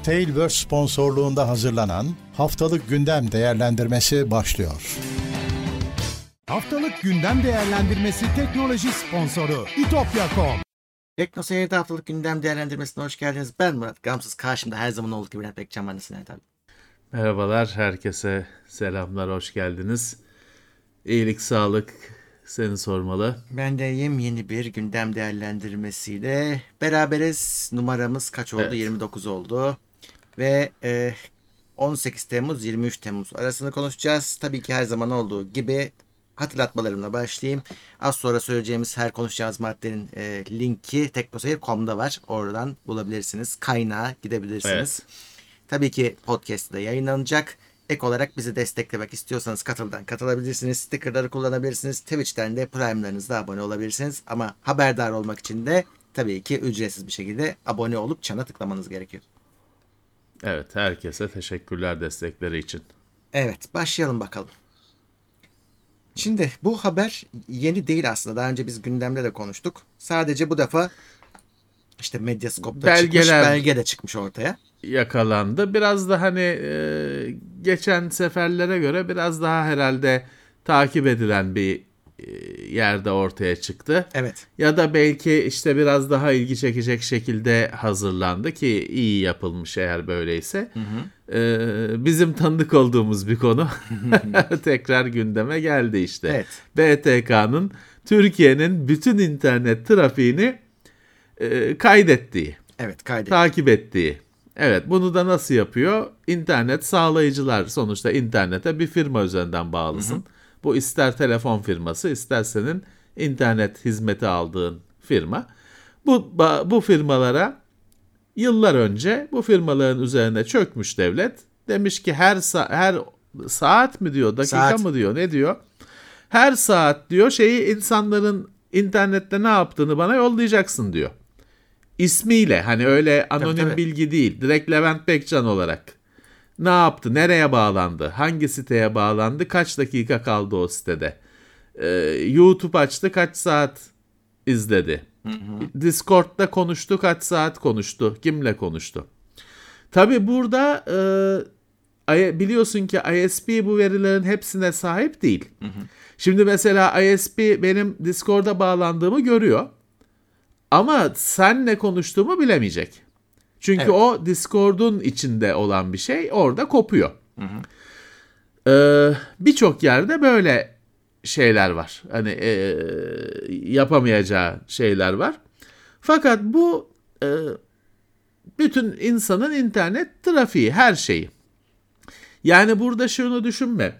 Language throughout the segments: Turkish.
Tailverse sponsorluğunda hazırlanan Haftalık Gündem Değerlendirmesi başlıyor. Haftalık Gündem Değerlendirmesi teknoloji sponsoru itopya.com. Teknoseyir'de Haftalık Gündem Değerlendirmesi'ne hoş geldiniz. Ben Murat Gamsız. Karşımda her zaman olduğu gibi Bülent Bekcan var. Nasılsın abi? Merhabalar, herkese selamlar, hoş geldiniz. İyilik, sağlık seni sormalı. Ben de yeni bir gündem değerlendirmesiyle beraberiz. Numaramız kaç oldu? Evet. 29 oldu. Ve 18 Temmuz 23 Temmuz arasını konuşacağız. Tabii ki her zaman olduğu gibi hatırlatmalarımla başlayayım. Az sonra söyleyeceğimiz her konuşacağımız maddenin linki teknoseyir.com'da var. Oradan bulabilirsiniz. Kaynağa gidebilirsiniz. Evet. Tabii ki podcast'te yayınlanacak. Ek olarak bizi desteklemek istiyorsanız Katıl'dan katılabilirsiniz. Sticker'ları kullanabilirsiniz. Twitch'ten de Prime'larınızda abone olabilirsiniz. Ama haberdar olmak için de tabii ki ücretsiz bir şekilde abone olup çana tıklamanız gerekiyor. Evet, herkese teşekkürler destekleri için. Evet, başlayalım bakalım. Şimdi bu haber yeni değil aslında. Daha önce biz gündemde de konuştuk. Sadece bu defa işte Medyascope'da çıkmış, belge de çıkmış ortaya. Yakalandı. Biraz da hani geçen seferlere göre biraz daha herhalde takip edilen bir yerde ortaya çıktı. Evet. Ya da belki işte biraz daha ilgi çekecek şekilde hazırlandı ki iyi yapılmış eğer böyleyse. Hı hı. Bizim tanıdık olduğumuz bir konu tekrar gündeme geldi işte. Evet. BTK'nın Türkiye'nin bütün internet trafiğini kaydettiği. Evet, kaydettiği. Takip ettiği. Evet, bunu da nasıl yapıyor? İnternet sağlayıcılar, sonuçta internete bir firma üzerinden bağlısın. Hı hı. Bu ister telefon firması, ister senin internet hizmeti aldığın firma. Bu firmalara yıllar önce bu firmaların üzerine çökmüş devlet. Demiş ki her saat mi diyor, dakika mı diyor, ne diyor? Her saat diyor insanların internette ne yaptığını bana yollayacaksın diyor. İsmiyle, hani öyle anonim tabii. Bilgi değil, direkt Levent Bekcan olarak. Ne yaptı, nereye bağlandı, hangi siteye bağlandı, kaç dakika kaldı o sitede. YouTube açtı, kaç saat izledi. Hı hı. Discord'da konuştu, kaç saat konuştu, kimle konuştu. Tabii burada biliyorsun ki ISP bu verilerin hepsine sahip değil. Hı hı. Şimdi mesela ISP benim Discord'a bağlandığımı görüyor. Ama senle konuştuğumu bilemeyecek. Çünkü evet. O Discord'un içinde olan bir şey orada kopuyor. Hı hı. Birçok yerde böyle şeyler var. Hani yapamayacağı şeyler var. Fakat bu bütün insanın internet trafiği, her şeyi. Yani burada şunu düşünme.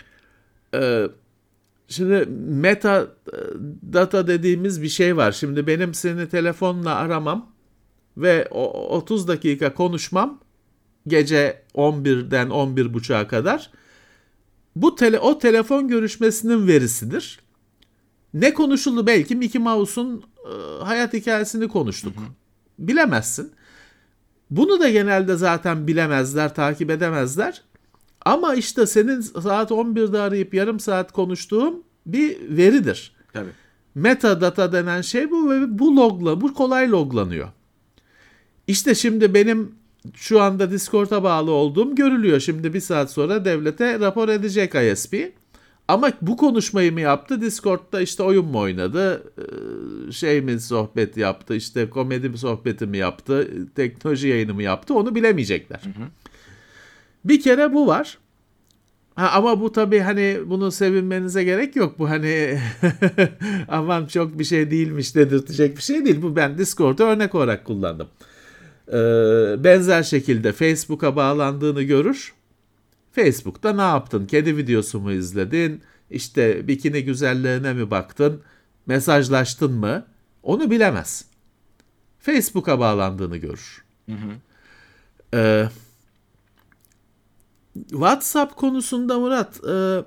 Şimdi meta data dediğimiz bir şey var. Şimdi benim seni telefonla aramam ve 30 dakika konuşmam gece 11'den 11.30'a kadar o telefon görüşmesinin verisidir. Ne konuşuldu? Belki Mickey Mouse'un hayat hikayesini konuştuk. Hı hı. Bilemezsin. Bunu da genelde zaten bilemezler, takip edemezler. Ama işte senin saat 11'de arayıp yarım saat konuştuğum bir veridir. Tabii. Metadata denen şey bu ve bu kolay loglanıyor. İşte şimdi benim şu anda Discord'a bağlı olduğum görülüyor. Şimdi bir saat sonra devlete rapor edecek ISP. Ama bu konuşmayı mı yaptı? Discord'da işte oyun mu oynadı? Sohbet yaptı? İşte komedi sohbeti mi yaptı? Teknoloji yayını mı yaptı? Onu bilemeyecekler. Hı hı. Bir kere bu var. Ama bu tabii hani bunu sevinmenize gerek yok. Bu hani aman çok bir şey değilmiş dedirtecek bir şey değil. Bu ben Discord'u örnek olarak kullandım. Benzer şekilde Facebook'a bağlandığını görür. Facebook'ta ne yaptın? Kedi videosu mu izledin? İşte bikini güzelliğine mi baktın? Mesajlaştın mı? Onu bilemez. Facebook'a bağlandığını görür. Hı hı. WhatsApp konusunda Murat,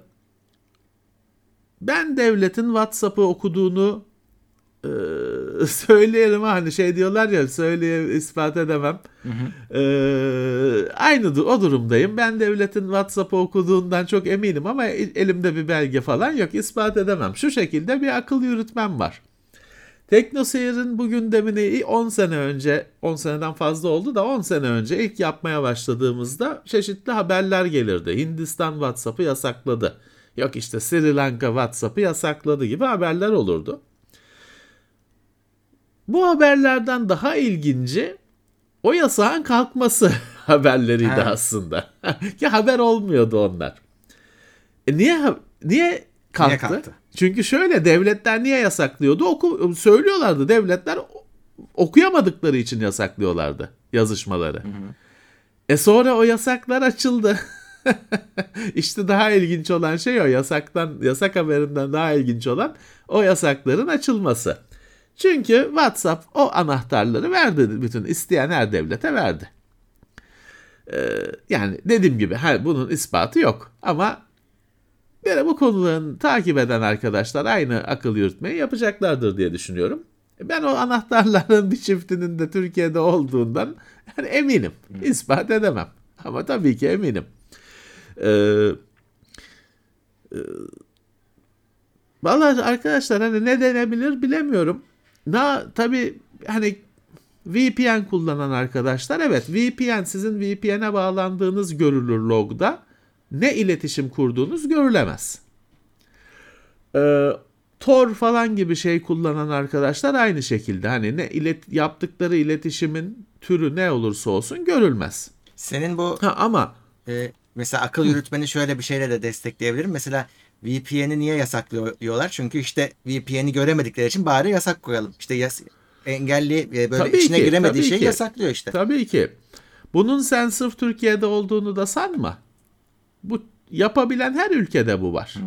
ben devletin WhatsApp'ı okuduğunu söyleyelim, hani diyorlar ya, ispat edemem. Hı hı. Aynı o durumdayım. Ben devletin WhatsApp'ı okuduğundan çok eminim ama elimde bir belge falan yok, ispat edemem. Şu şekilde bir akıl yürütmem var. TeknoSeyir'in bu gündemini 10 sene önce, 10 seneden fazla oldu da 10 sene önce ilk yapmaya başladığımızda çeşitli haberler gelirdi. Hindistan WhatsApp'ı yasakladı. Yok işte Sri Lanka WhatsApp'ı yasakladı gibi haberler olurdu. Bu haberlerden daha ilginci o yasağın kalkması haberleriydi aslında. Ki haber olmuyordu onlar. Niye kalktı? Çünkü şöyle, devletler niye yasaklıyordu? Söylüyorlardı, devletler okuyamadıkları için yasaklıyorlardı yazışmaları. Sonra o yasaklar açıldı. İşte daha ilginç olan şey o. Yasak haberinden daha ilginç olan o yasakların açılması. Çünkü WhatsApp o anahtarları verdi, bütün isteyen her devlete verdi. Yani dediğim gibi bunun ispatı yok ama bu konuların takip eden arkadaşlar aynı akıl yürütmeyi yapacaklardır diye düşünüyorum. Ben o anahtarların bir çiftinin de Türkiye'de olduğundan eminim. İspat edemem ama tabii ki eminim. Vallahi arkadaşlar ne denebilir bilemiyorum. Tabii VPN kullanan arkadaşlar, evet, VPN, sizin VPN'e bağlandığınız görülür logda, ne iletişim kurduğunuz görülemez. Tor falan gibi şey kullanan arkadaşlar aynı şekilde yaptıkları iletişimin türü ne olursa olsun görülmez. Senin bu ama mesela akıl yürütmeni şöyle bir şeyle de destekleyebilirim. Mesela VPN'i niye yasaklıyorlar? Çünkü işte VPN'i göremedikleri için bari yasak koyalım. İşte engelli böyle tabii içine giremediği şeyi yasaklıyor işte. Tabii ki. Bunun sen sırf Türkiye'de olduğunu da sanma. Bu yapabilen her ülkede bu var.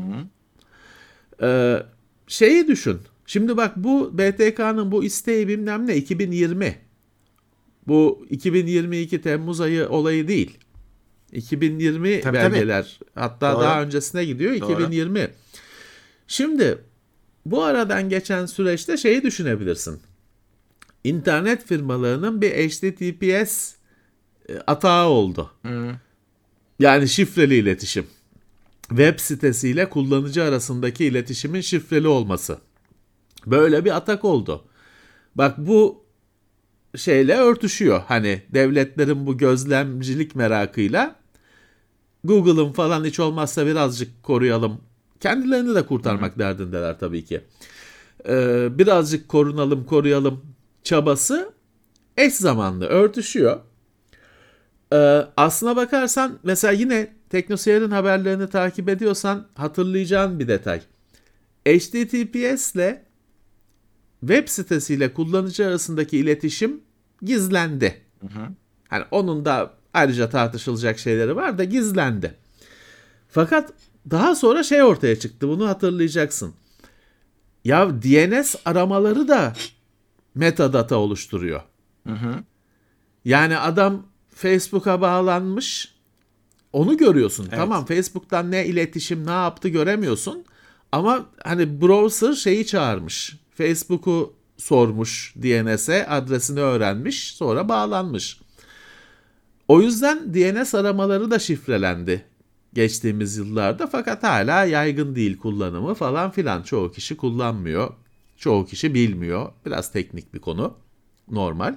Şeyi düşün. Şimdi bak, bu BTK'nın bu isteği bilmem ne 2020. Bu 2022 Temmuz ayı olayı değil. 2020 tabii, belgeler. Tabii. Hatta doğru, daha öncesine gidiyor. Doğru. 2020. Şimdi bu aradan geçen süreçte şeyi düşünebilirsin. İnternet firmalarının bir HTTPS atağı oldu. Yani şifreli iletişim. Web sitesiyle kullanıcı arasındaki iletişimin şifreli olması. Böyle bir atak oldu. Bak, bu şeyle örtüşüyor. Devletlerin bu gözlemcilik merakıyla Google'ın falan hiç olmazsa birazcık koruyalım. Kendilerini de kurtarmak derdindeler tabii ki. Birazcık koruyalım çabası eş zamanlı örtüşüyor. Aslına bakarsan mesela yine TeknoSeyir'in haberlerini takip ediyorsan hatırlayacağın bir detay. HTTPS ile web sitesiyle kullanıcı arasındaki iletişim gizlendi. Onun da ayrıca tartışılacak şeyleri var da gizlendi. Fakat daha sonra şey ortaya çıktı, bunu hatırlayacaksın. Ya DNS aramaları da metadata oluşturuyor. Yani adam Facebook'a bağlanmış, onu görüyorsun. Evet. Tamam, Facebook'tan ne iletişim ne yaptı göremiyorsun. Ama browser şeyi çağırmış. Facebook'u sormuş, DNS'e adresini öğrenmiş, sonra bağlanmış. O yüzden DNS aramaları da şifrelendi geçtiğimiz yıllarda, fakat hala yaygın değil kullanımı falan filan. Çoğu kişi kullanmıyor. Çoğu kişi bilmiyor. Biraz teknik bir konu. Normal.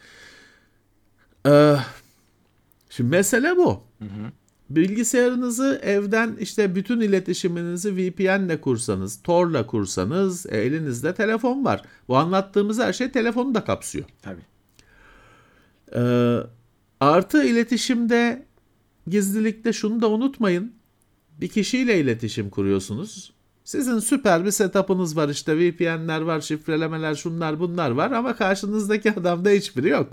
Şimdi mesele bu. Bilgisayarınızı evden bütün iletişiminizi VPN'le kursanız, Tor'la kursanız, elinizde telefon var. Bu anlattığımız her şey telefonu da kapsıyor. Tabii. Artı iletişimde, gizlilikte şunu da unutmayın. Bir kişiyle iletişim kuruyorsunuz. Sizin süper bir setup'ınız var, VPN'ler var, şifrelemeler, şunlar bunlar var ama karşınızdaki adamda hiçbiri yok.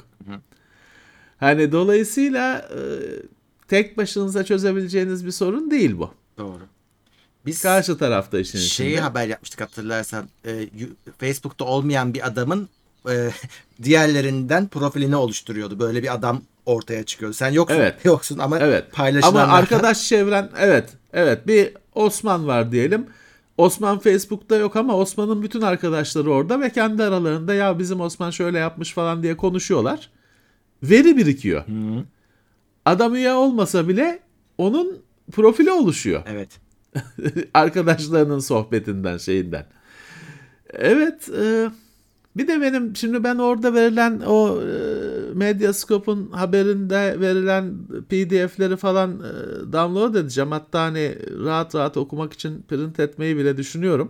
Dolayısıyla tek başınıza çözebileceğiniz bir sorun değil bu. Doğru. Biz karşı tarafta işin içinde. Haber yapmıştık hatırlarsan. Facebook'ta olmayan bir adamın diğerlerinden profilini oluşturuyordu. Böyle bir adam ortaya çıkıyordu. Sen yoksun ama paylaşılanlar. Ama arkadaş çevren evet bir Osman var diyelim. Osman Facebook'ta yok ama Osman'ın bütün arkadaşları orada ve kendi aralarında ya bizim Osman şöyle yapmış falan diye konuşuyorlar. Veri birikiyor. Adam üye olmasa bile onun profili oluşuyor. Evet. Arkadaşlarının sohbetinden, şeyinden. Evet. Bir de benim şimdi ben orada verilen o Medyascope'un haberinde verilen PDF'leri falan download edeceğim. Hatta hani rahat rahat okumak için print etmeyi bile düşünüyorum.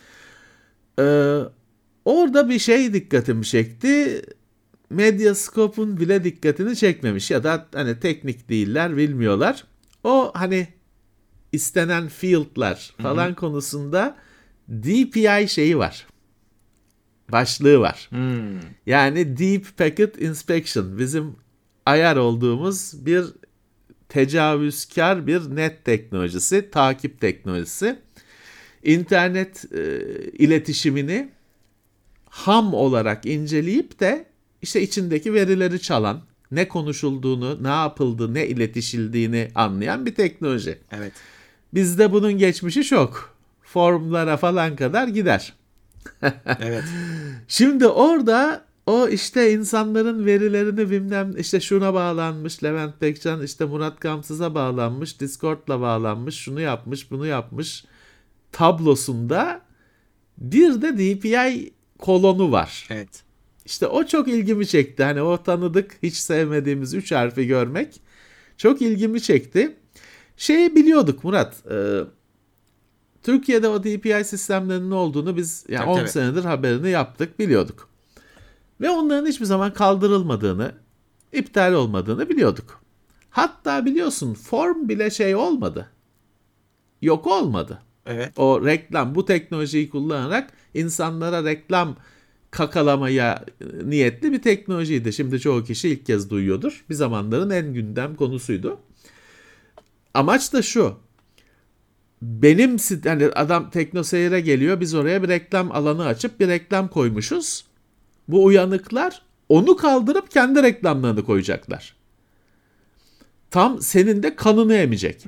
Orada bir şey dikkatimi çekti. Medyascope'un bile dikkatini çekmemiş ya da hani teknik değiller, bilmiyorlar. O hani istenen field'lar falan konusunda DPI şeyi var. Başlığı var. Yani Deep Packet Inspection, bizim ayar olduğumuz bir tecavüzkar bir net teknolojisi, takip teknolojisi. İnternet iletişimini ham olarak inceleyip de işte içindeki verileri çalan, ne konuşulduğunu, ne yapıldığı, ne iletişildiğini anlayan bir teknoloji. Evet. Bizde bunun geçmişi çok. Formlara falan kadar gider. Evet. Şimdi orada o işte insanların verilerini bilmem işte şuna bağlanmış, Levent Bekcan işte Murat Gamsız'a bağlanmış, Discord'la bağlanmış, şunu yapmış, bunu yapmış tablosunda bir de DPI kolonu var. Evet. İşte o çok ilgimi çekti. Hani o tanıdık, hiç sevmediğimiz 3 harfi görmek çok ilgimi çekti. Şeyi biliyorduk Murat. Türkiye'de o DPI sistemlerinin olduğunu biz yani 10 senedir haberini yaptık, biliyorduk. Ve onların hiçbir zaman kaldırılmadığını, iptal olmadığını biliyorduk. Hatta biliyorsun form bile şey olmadı. Yok olmadı. Evet. O reklam, bu teknolojiyi kullanarak insanlara reklam kakalamaya niyetli bir teknolojiydi. Şimdi çoğu kişi ilk kez duyuyordur. Bir zamanların en gündem konusuydu. Amaç da şu. Benim hani adam TeknoSeyir'e geliyor, biz oraya bir reklam alanı açıp bir reklam koymuşuz. Bu uyanıklar onu kaldırıp kendi reklamlarını koyacaklar. Tam senin de kanını emecek.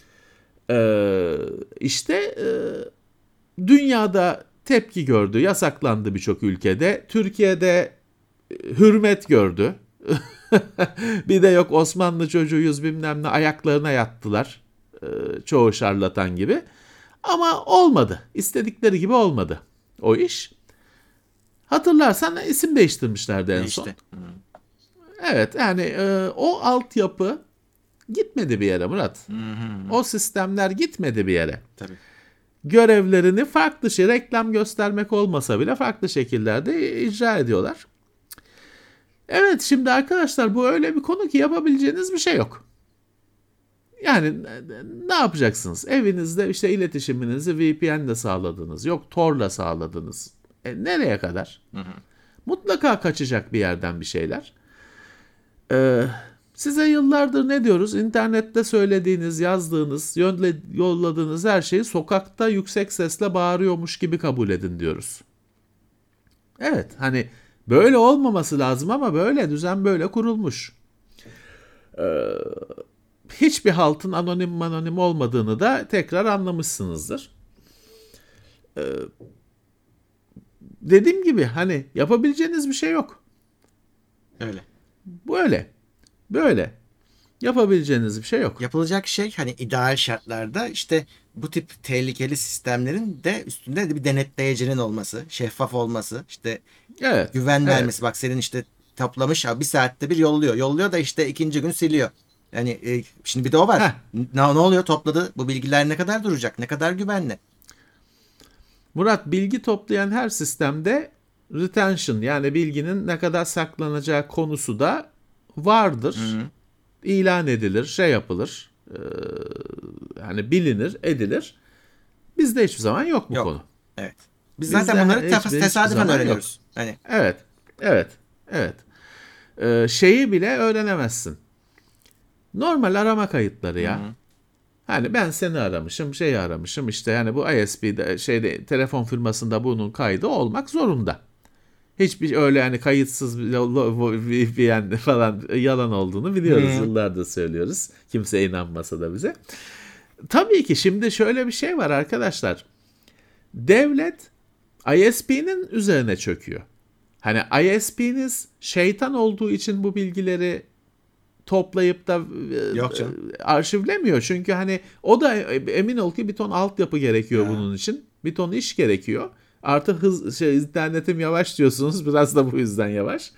İşte dünyada tepki gördü, yasaklandı birçok ülkede. Türkiye'de hürmet gördü. Bir de yok Osmanlı çocuğuyuz bilmem ne, ayaklarına yattılar. Çoğu şarlatan gibi. Ama olmadı. İstedikleri gibi olmadı o iş. Hatırlarsan isim değiştirmişlerdi en son. Evet yani o altyapı gitmedi bir yere Murat. O sistemler gitmedi bir yere. Tabii. Görevlerini farklı reklam göstermek olmasa bile farklı şekillerde icra ediyorlar. Evet, şimdi arkadaşlar bu öyle bir konu ki yapabileceğiniz bir şey yok. Yani ne yapacaksınız? Evinizde işte iletişiminizi VPN'le sağladınız. Yok Tor'la sağladınız. Nereye kadar? Mutlaka kaçacak bir yerden bir şeyler. Size yıllardır ne diyoruz? İnternette söylediğiniz, yazdığınız, yolladığınız her şeyi sokakta yüksek sesle bağırıyormuş gibi kabul edin diyoruz. Evet, hani böyle olmaması lazım ama böyle, düzen böyle kurulmuş. Hiçbir haltın anonim olmadığını da tekrar anlamışsınızdır. Dediğim gibi hani yapabileceğiniz bir şey yok. Öyle. Böyle. Yapabileceğiniz bir şey yok. Yapılacak şey hani ideal şartlarda işte bu tip tehlikeli sistemlerin de üstünde bir denetleyicinin olması, şeffaf olması, işte güven vermesi. Bak senin işte toplamış bir saatte bir yolluyor. Yolluyor da işte ikinci gün siliyor. Yani şimdi bir de o var. Ne oluyor? Topladı. Bu bilgiler ne kadar duracak? Ne kadar güvenli? Murat, bilgi toplayan her sistemde retention, yani bilginin ne kadar saklanacağı konusu da vardır. İlan edilir, şey yapılır. Yani bilinir, edilir. Bizde hiçbir zaman yok bu konu. Evet. Biz zaten bunları tesadüfen öğreniyoruz. Hani. Evet. Şeyi bile öğrenemezsin. Normal arama kayıtları ya. Hani ben seni aramışım, şeyi aramışım, işte yani bu ISP'de telefon firmasında bunun kaydı olmak zorunda. Hiçbir öyle yani kayıtsız VPN falan yalan olduğunu biliyoruz. Yıllardır söylüyoruz. Kimse inanmasa da bize. Tabii ki şimdi şöyle bir şey var arkadaşlar. Devlet ISP'nin üzerine çöküyor. Hani ISP'niz şeytan olduğu için bu bilgileri toplayıp da arşivlemiyor. Çünkü hani o da emin ol ki bir ton altyapı gerekiyor bunun için. Bir ton iş gerekiyor. Artık internetim yavaş diyorsunuz, biraz da bu yüzden yavaş.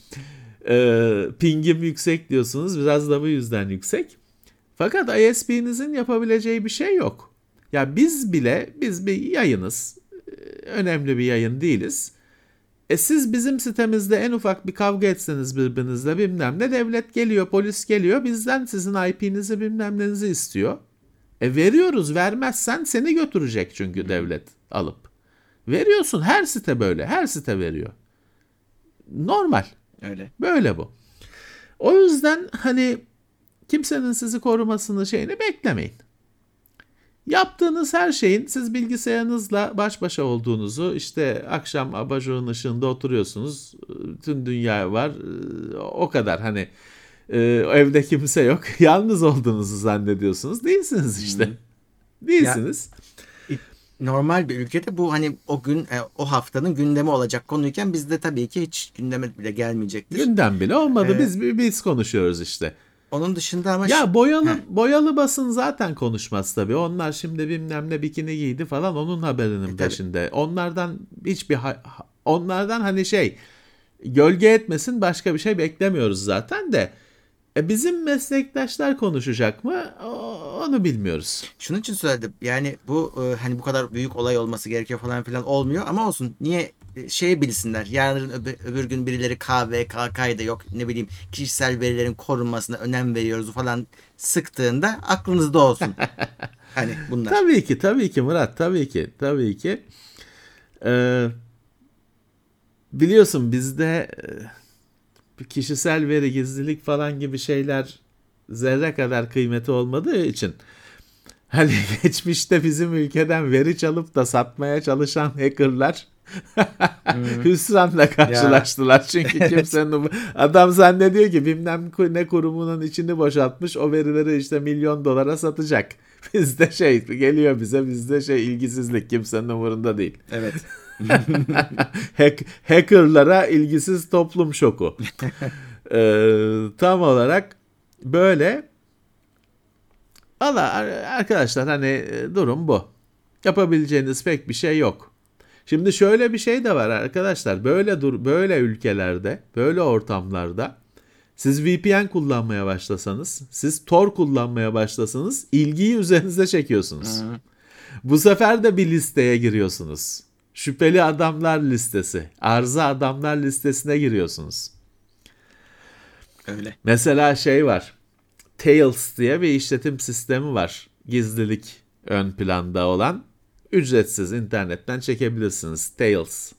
Pingim yüksek diyorsunuz, biraz da bu yüzden yüksek. Fakat ISP'nizin yapabileceği bir şey yok. Ya biz bir yayınız. Önemli bir yayın değiliz. Siz bizim sitemizde en ufak bir kavga etseniz birbirinizle bilmem ne, devlet geliyor, polis geliyor, bizden sizin IP'nizi bilmem nenizi istiyor. Veriyoruz, vermezsen seni götürecek çünkü devlet alıp. Veriyorsun, her site böyle, her site veriyor. Normal. Öyle. Böyle bu. O yüzden hani kimsenin sizi korumasını beklemeyin. Yaptığınız her şeyin, siz bilgisayarınızla baş başa olduğunuzu, işte akşam abajurun ışığında oturuyorsunuz, tüm dünya var, o kadar, hani evde kimse yok, yalnız olduğunuzu zannediyorsunuz, değilsiniz işte. Değilsiniz. Normal bir ülkede bu hani o gün o haftanın gündemi olacak konuyken bizde tabii ki hiç gündeme bile gelmeyecektir. Gündem bile olmadı. Biz konuşuyoruz işte. Onun dışında ama ya boyalı basın zaten konuşmaz tabii. Onlar şimdi bilmem ne bikini giydi falan, onun haberinin peşinde. Onlardan hani gölge etmesin, başka bir şey beklemiyoruz zaten de. Bizim meslektaşlar konuşacak mı? Onu bilmiyoruz. Şunun için söyledim. Yani bu hani bu kadar büyük olay olması gerekiyor falan filan olmuyor ama olsun. Niye bilsinler. Yarın öbür gün birileri KVKK'ydı, yok ne bileyim kişisel verilerin korunmasına önem veriyoruz falan sıktığında aklınızda olsun. Hani bunlar. Tabii ki Murat, tabii ki. Biliyorsun bizde kişisel veri, gizlilik falan gibi şeyler zerre kadar kıymeti olmadığı için hani geçmişte bizim ülkeden veri çalıp da satmaya çalışan hackerlar hüsranla karşılaştılar. Çünkü kimsenin adam zannediyor ki bilmem ne kurumunun içini boşaltmış, o verileri işte $1.000.000 satacak. Bizde geliyor bizde ilgisizlik, kimsenin umurunda değil. Evet. Hackerlara ilgisiz toplum şoku. Tam olarak böyle. Arkadaşlar hani durum bu. Yapabileceğiniz pek bir şey yok. Şimdi şöyle bir şey de var arkadaşlar. Böyle ülkelerde, böyle ortamlarda siz VPN kullanmaya başlasanız, siz Tor kullanmaya başlasanız ilgiyi üzerinize çekiyorsunuz. Bu sefer de bir listeye giriyorsunuz. Şüpheli adamlar listesi, arıza adamlar listesine giriyorsunuz. Öyle. Mesela var. Tails diye bir işletim sistemi var. Gizlilik ön planda olan. Ücretsiz, internetten çekebilirsiniz. Tails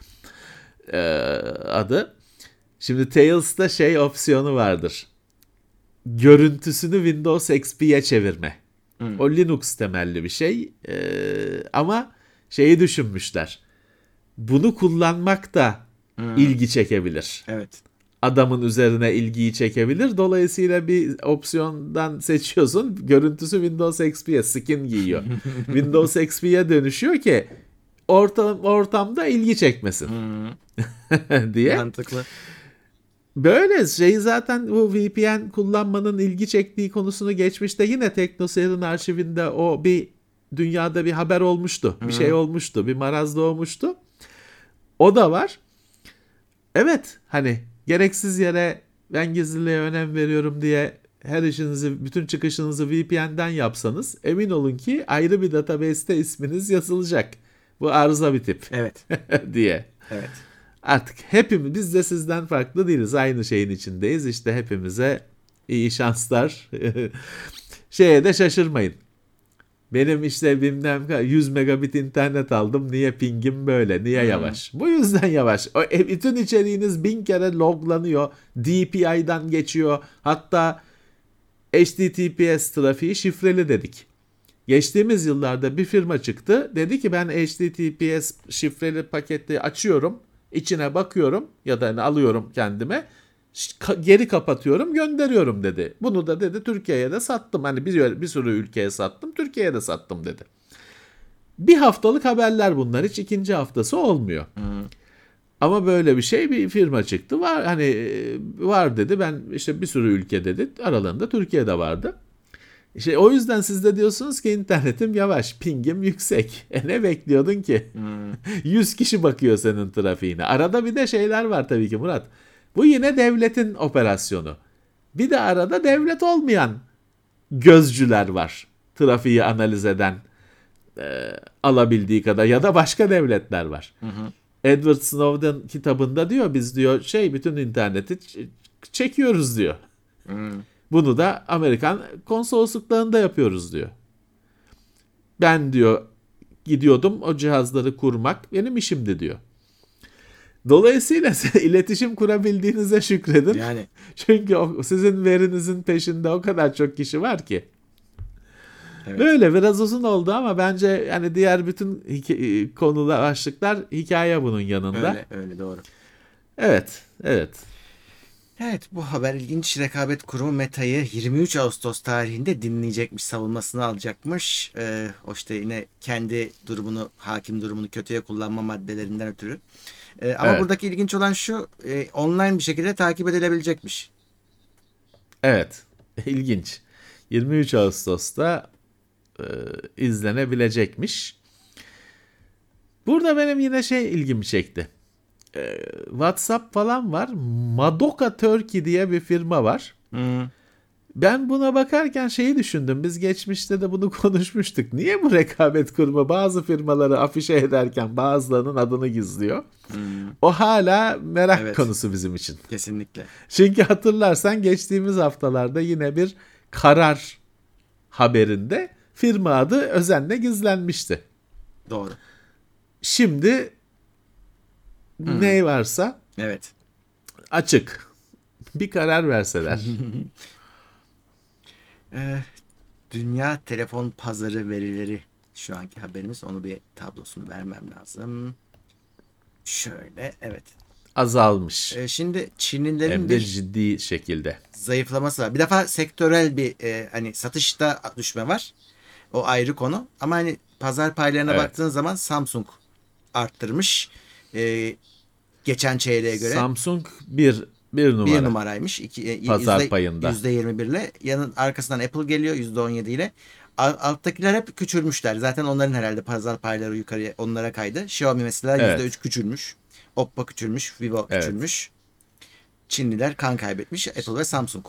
adı. Şimdi Tails'ta opsiyonu vardır. Görüntüsünü Windows XP'ye çevirme. O Linux temelli bir şey. Ama düşünmüşler. Bunu kullanmak da ilgi çekebilir. Evet. Adamın üzerine ilgiyi çekebilir. Dolayısıyla bir opsiyondan seçiyorsun. Görüntüsü Windows XP'ye skin giyiyor. Windows XP'ye dönüşüyor ki ortamda ilgi çekmesin. diye. Mantıklı. Böyle zaten bu VPN kullanmanın ilgi çektiği konusunu geçmişte yine TeknoSeyir'in arşivinde bir dünyada bir haber olmuştu. Bir şey olmuştu. Bir maraz doğmuştu. O da var. Evet, hani gereksiz yere ben gizliliğe önem veriyorum diye her işinizi, bütün çıkışınızı VPN'den yapsanız emin olun ki ayrı bir database'te isminiz yazılacak. Bu arıza bir tip. Evet. diye. Evet. Artık biz de sizden farklı değiliz. Aynı şeyin içindeyiz. İşte hepimize iyi şanslar. De şaşırmayın. Benim bilmem 100 megabit internet aldım. Niye pingim böyle? Niye yavaş? Bu yüzden yavaş. Bütün içeriğiniz 1000 kere loglanıyor. DPI'den geçiyor. Hatta HTTPS trafiği şifreli dedik. Geçtiğimiz yıllarda bir firma çıktı. Dedi ki ben HTTPS şifreli paketi açıyorum. İçine bakıyorum ya da alıyorum kendime. Geri kapatıyorum, gönderiyorum dedi. Bunu da dedi Türkiye'ye de sattım. Hani bir sürü ülkeye sattım, Türkiye'ye de sattım dedi. Bir haftalık haberler bunlar. Hiç ikinci haftası olmuyor. Ama böyle bir firma çıktı. Var dedi. Ben bir sürü ülke dedi. Aralarında Türkiye'de vardı. O yüzden siz de diyorsunuz ki internetim yavaş, pingim yüksek. Ne bekliyordun ki? 100 kişi bakıyor senin trafiğine. Arada bir de şeyler var tabii ki Murat. Bu yine devletin operasyonu. Bir de arada devlet olmayan gözcüler var. Trafiği analiz eden, alabildiği kadar, ya da başka devletler var. Edward Snowden kitabında diyor, biz diyor bütün interneti çekiyoruz diyor. Bunu da Amerikan konsolosluklarında yapıyoruz diyor. Ben diyor gidiyordum o cihazları kurmak benim işimdi diyor. Dolayısıyla iletişim kurabildiğinize şükredin. Yani. Çünkü sizin verinizin peşinde o kadar çok kişi var ki. Evet. Böyle biraz uzun oldu ama bence yani diğer bütün konular, başlıklar hikaye bunun yanında. Öyle doğru. Evet. Evet, bu haber ilginç. Rekabet Kurumu Meta'yı 23 Ağustos tarihinde dinleyecekmiş, savunmasını alacakmış. O yine kendi durumunu, hakim durumunu kötüye kullanma maddelerinden ötürü. Ama Evet. buradaki ilginç olan şu, online bir şekilde takip edilebilecekmiş. Evet, ilginç. 23 Ağustos'ta izlenebilecekmiş. Burada benim yine ilgimi çekti. WhatsApp falan var. Madoka Turkey diye bir firma var. Ben buna bakarken düşündüm. Biz geçmişte de bunu konuşmuştuk. Niye bu rekabet kurumu bazı firmaları afişe ederken bazılarının adını gizliyor? O hala merak konusu bizim için. Kesinlikle. Çünkü hatırlarsan geçtiğimiz haftalarda yine bir karar haberinde firma adı özenle gizlenmişti. Doğru. Şimdi ne varsa açık. Bir karar verseler. Dünya telefon pazarı verileri şu anki haberimiz. Onu bir tablosunu vermem lazım. Şöyle, evet. Azalmış. Şimdi Çinlilerin Hem de ciddi şekilde zayıflaması var. Bir defa sektörel bir satışta düşme var. O ayrı konu. Ama pazar paylarına baktığın zaman Samsung arttırmış. Geçen çeyreğe göre. Samsung bir numara. Bir numaraymış. Pazar payında. %21 ile. Arkasından Apple geliyor %17 ile. Alttakiler hep küçülmüşler. Zaten onların herhalde pazar payları yukarıya onlara kaydı. Xiaomi mesela %3 küçülmüş. Oppo küçülmüş. Vivo küçülmüş. Çinliler kan kaybetmiş. Apple ve Samsung.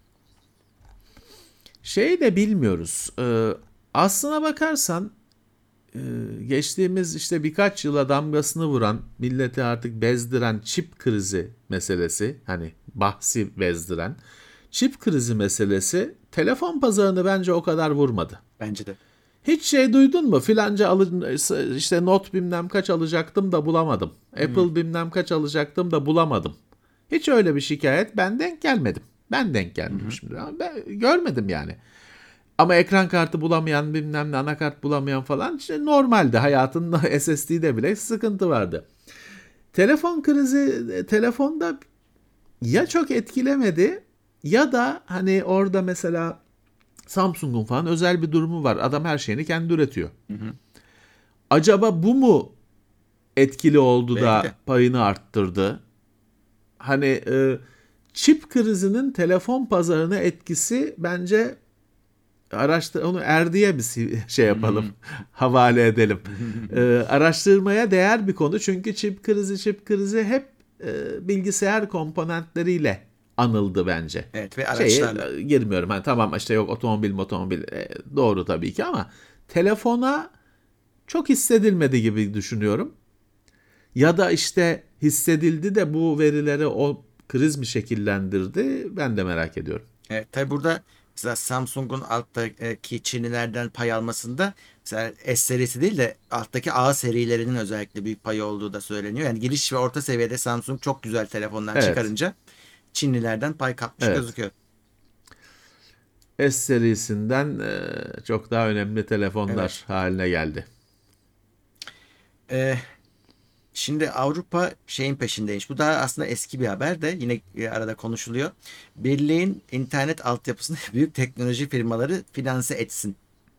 De bilmiyoruz. Aslına bakarsan geçtiğimiz birkaç yıla damgasını vuran, milleti artık bezdiren çip krizi meselesi, bahsi bezdiren çip krizi meselesi telefon pazarını bence o kadar vurmadı. Bence de. Hiç duydun mu? Filanca Note bilmem kaç alacaktım da bulamadım. Apple bilmem kaç alacaktım da bulamadım. Hiç öyle bir şikayet ben denk gelmedim. Ben denk gelmedim şimdi. Ben görmedim yani. Ama ekran kartı bulamayan, bilmem ne anakart bulamayan falan normalde, hayatında SSD'de bile sıkıntı vardı. Telefon krizi telefonda ya çok etkilemedi ya da orada mesela Samsung'un falan özel bir durumu var. Adam her şeyini kendi üretiyor. Acaba bu mu etkili oldu da payını arttırdı? Çip krizinin telefon pazarına etkisi bence onu Erdi'ye bir yapalım, havale edelim. Araştırmaya değer bir konu çünkü çip krizi hep bilgisayar komponentleriyle anıldı bence. Evet, ve araçlarla. Girmiyorum. Tamam yok otomobil doğru tabii ki ama telefona çok hissedilmedi gibi düşünüyorum. Ya da hissedildi de bu verileri o kriz mi şekillendirdi? Ben de merak ediyorum. Evet, tabii burada mesela Samsung'un alttaki Çinlilerden pay almasında mesela S serisi değil de alttaki A serilerinin özellikle büyük payı olduğu da söyleniyor. Yani giriş ve orta seviyede Samsung çok güzel telefonlar çıkarınca Çinlilerden pay kapmış gözüküyor. S serisinden çok daha önemli telefonlar haline geldi. Şimdi Avrupa peşindeymiş. Bu daha aslında eski bir haber de yine arada konuşuluyor. Birliğin internet altyapısını büyük teknoloji firmaları finanse etsin.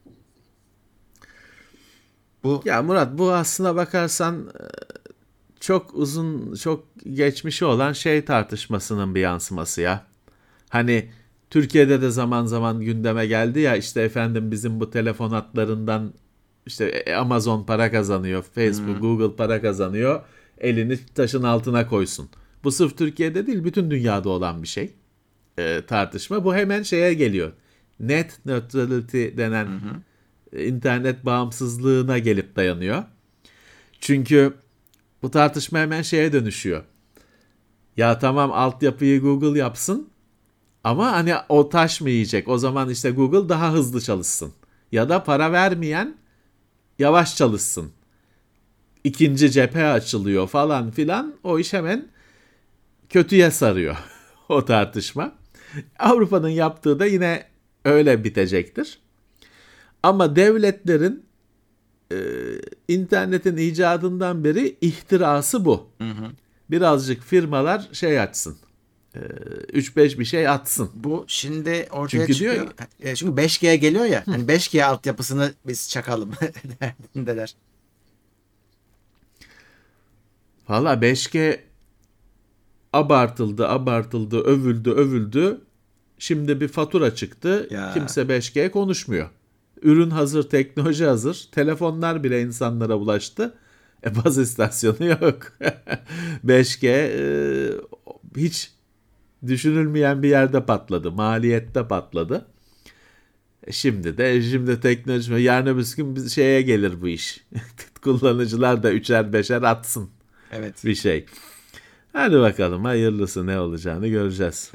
Ya Murat, bu aslına bakarsan çok uzun, çok geçmişi olan tartışmasının bir yansıması ya. Türkiye'de de zaman zaman gündeme geldi ya, işte efendim bizim bu telefon hatlarından işte Amazon para kazanıyor, Facebook, Google para kazanıyor, elini taşın altına koysun. Bu sırf Türkiye'de değil, bütün dünyada olan bir şey, tartışma. Bu hemen şeye geliyor. Net neutrality denen internet bağımsızlığına gelip dayanıyor. Çünkü bu tartışma hemen şeye dönüşüyor. Ya tamam, altyapıyı Google yapsın ama hani o taşmayacak. O zaman işte Google daha hızlı çalışsın. Ya da para vermeyen yavaş çalışsın. İkinci cephe açılıyor falan filan. O iş hemen kötüye sarıyor o tartışma. Avrupa'nın yaptığı da yine öyle bitecektir. Ama devletlerin internetin icadından beri ihtirası bu. Birazcık firmalar şey açsın. 3-5 bir şey atsın. Bu şimdi ortaya Çünkü çıkıyor. diyor, Çünkü 5G geliyor ya. Hani 5G altyapısını biz çakalım derdindeler. Valla 5G abartıldı, övüldü. Şimdi bir fatura çıktı. Ya. Kimse 5G konuşmuyor. Ürün hazır, teknoloji hazır. Telefonlar bile insanlara ulaştı. Baz istasyonu yok. 5G hiç düşünülmeyen bir yerde patladı. Maliyette patladı. Şimdi teknoloji, yarın öbür gün bir şeye gelir bu iş. Kullanıcılar da 3'er 5'er atsın. Evet. Bir şey. Hadi bakalım, hayırlısı, ne olacağını göreceğiz.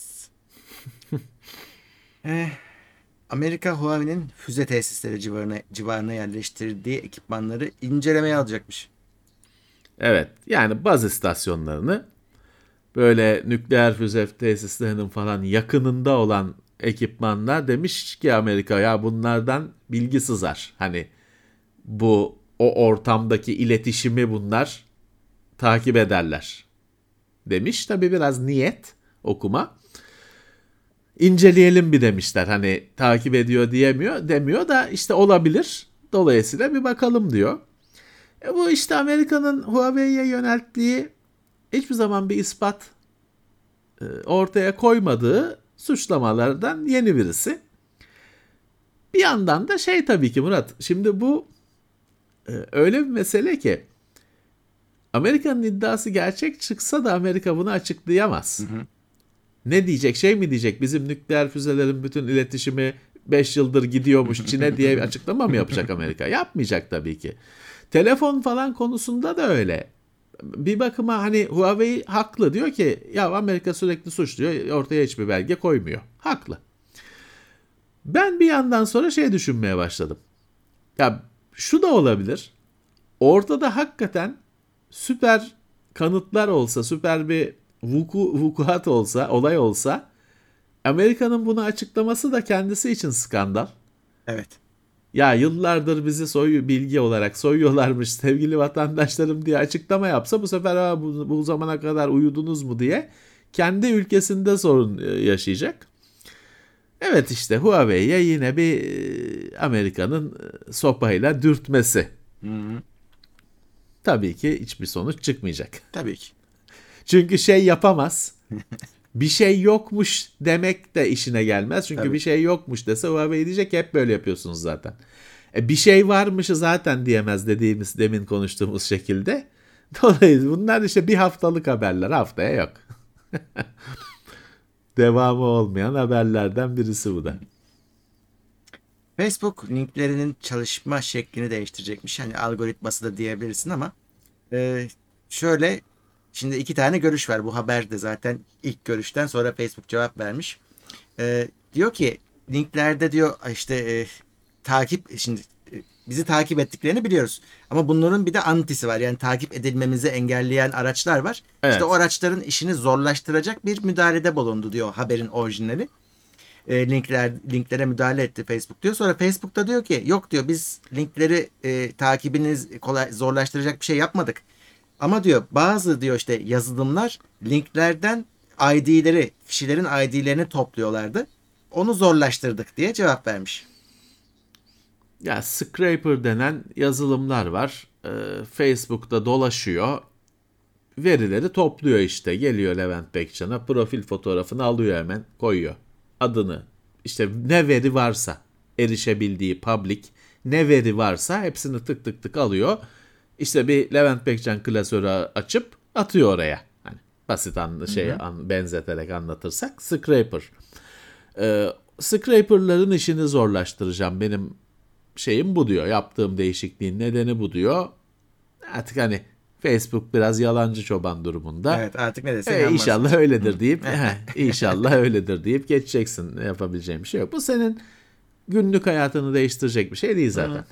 Amerika Huawei'nin füze tesisleri civarına yerleştirdiği ekipmanları incelemeye alacakmış. Evet, yani baz istasyonlarını, böyle nükleer füze tesislerinin falan yakınında olan ekipmanlar, demiş ki Amerika, ya bunlardan bilgi sızar. Hani o ortamdaki iletişimi bunlar takip ederler demiş. Tabii biraz niyet okuma. İnceleyelim bir demişler. Hani takip ediyor demiyor da işte olabilir. Dolayısıyla bir bakalım diyor. Bu işte Amerika'nın Huawei'ye yönelttiği, hiçbir zaman bir ispat ortaya koymadığı suçlamalardan yeni birisi. Bir yandan da tabii ki Murat, şimdi bu öyle bir mesele ki Amerika'nın iddiası gerçek çıksa da Amerika bunu açıklayamaz. Ne diyecek? Mi diyecek? Bizim nükleer füzelerin bütün iletişimi 5 yıldır gidiyormuş Çin'e diye bir açıklama mı yapacak Amerika? Yapmayacak tabii ki. Telefon falan konusunda da öyle. Bir bakıma hani Huawei haklı, diyor ki ya Amerika sürekli suçluyor, ortaya hiçbir belge koymuyor. Haklı. Ben bir yandan sonra düşünmeye başladım. Ya şu da olabilir. Ortada hakikaten süper kanıtlar olsa, süper bir vukuat olsa, olay olsa, Amerika'nın bunu açıklaması da kendisi için skandal. Evet. Ya yıllardır bizi bilgi olarak soyuyorlarmış sevgili vatandaşlarım diye açıklama yapsa, bu sefer bu zamana kadar uyudunuz mu diye kendi ülkesinde sorun yaşayacak. Evet, işte Huawei'ye yine bir Amerika'nın sopayla dürtmesi. Tabii ki hiçbir sonuç çıkmayacak. Tabii ki. Çünkü yapamaz. Bir şey yokmuş demek de işine gelmez. Çünkü Tabii. bir şey yokmuş dese Huawei diyecek hep böyle yapıyorsunuz zaten. Bir şey varmışı zaten diyemez, dediğimiz, demin konuştuğumuz şekilde. Dolayısıyla bunlar işte bir haftalık haberler, haftaya yok. Devamı olmayan haberlerden birisi bu da. Facebook linklerinin çalışma şeklini değiştirecekmiş. Hani algoritması da diyebilirsin ama şöyle, şimdi 2 tane görüş var. Bu haber de zaten ilk görüşten sonra Facebook cevap vermiş. Diyor ki linklerde diyor işte şimdi bizi takip ettiklerini biliyoruz. Ama bunların bir de antisi var. Yani takip edilmemizi engelleyen araçlar var. Evet. İşte o araçların işini zorlaştıracak bir müdahalede bulundu diyor haberin orijinali. Linklere müdahale etti Facebook diyor. Sonra Facebook da diyor ki yok diyor, biz linkleri takibiniz zorlaştıracak bir şey yapmadık. Ama diyor bazı diyor işte yazılımlar linklerden kişilerin ID'lerini topluyorlardı. Onu zorlaştırdık diye cevap vermiş. Ya scraper denen yazılımlar var. Facebook'ta dolaşıyor. Verileri topluyor işte. Geliyor Levent Bekcan'a, profil fotoğrafını alıyor, hemen koyuyor. adını, işte ne veri varsa erişebildiği public ne veri varsa hepsini tık tık tık alıyor. İşte bir Levent Bekcan klasörü açıp atıyor oraya. Hani basit benzeterek anlatırsak scraper. Scraper'ların işini zorlaştıracağım. Benim şeyim bu diyor. Yaptığım değişikliğin nedeni bu diyor. Artık hani Facebook biraz yalancı çoban durumunda. Evet, artık ne desek İnşallah öyledir deyip inşallah öyledir deyip geçeceksin. Yapabileceğim bir şey yok. Bu senin günlük hayatını değiştirecek bir şey değil zaten.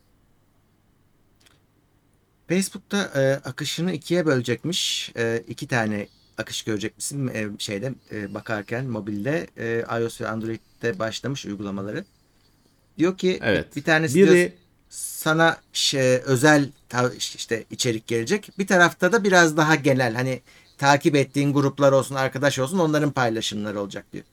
Facebook'ta akışını ikiye bölecekmiş. 2 tane akış görecekmişsin bakarken mobilde, iOS ve Android'de başlamış uygulamaları. Diyor ki bir tanesi diyor, sana özel işte içerik gelecek. Bir tarafta da biraz daha genel, hani takip ettiğin gruplar olsun, arkadaş olsun, onların paylaşımları olacak diyor.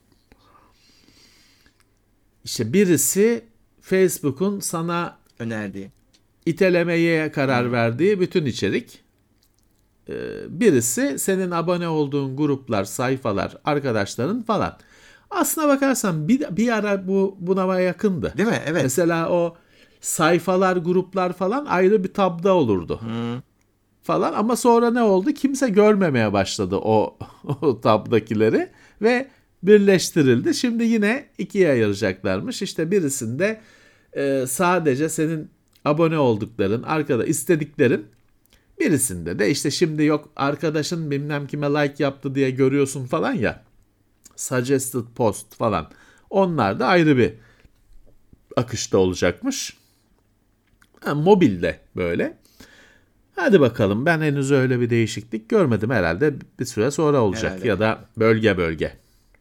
İşte birisi Facebook'un sana önerdiği, itelemeye karar verdiği bütün içerik. Birisi senin abone olduğun gruplar, sayfalar, arkadaşların falan. Aslına bakarsan bir ara buna yakındı. Değil mi? Evet. Mesela o sayfalar, gruplar falan ayrı bir tabda olurdu. Falan, ama sonra ne oldu? Kimse görmemeye başladı o tabdakileri ve birleştirildi. Şimdi yine ikiye ayıracaklarmış. İşte birisinde sadece senin abone oldukların, istediklerin, birisinde de işte şimdi yok arkadaşın bilmem kime like yaptı diye görüyorsun falan ya, suggested post falan, onlar da ayrı bir akışta olacakmış. Mobilde böyle. Hadi bakalım, ben henüz öyle bir değişiklik görmedim, herhalde bir süre sonra olacak herhalde. Ya da bölge bölge.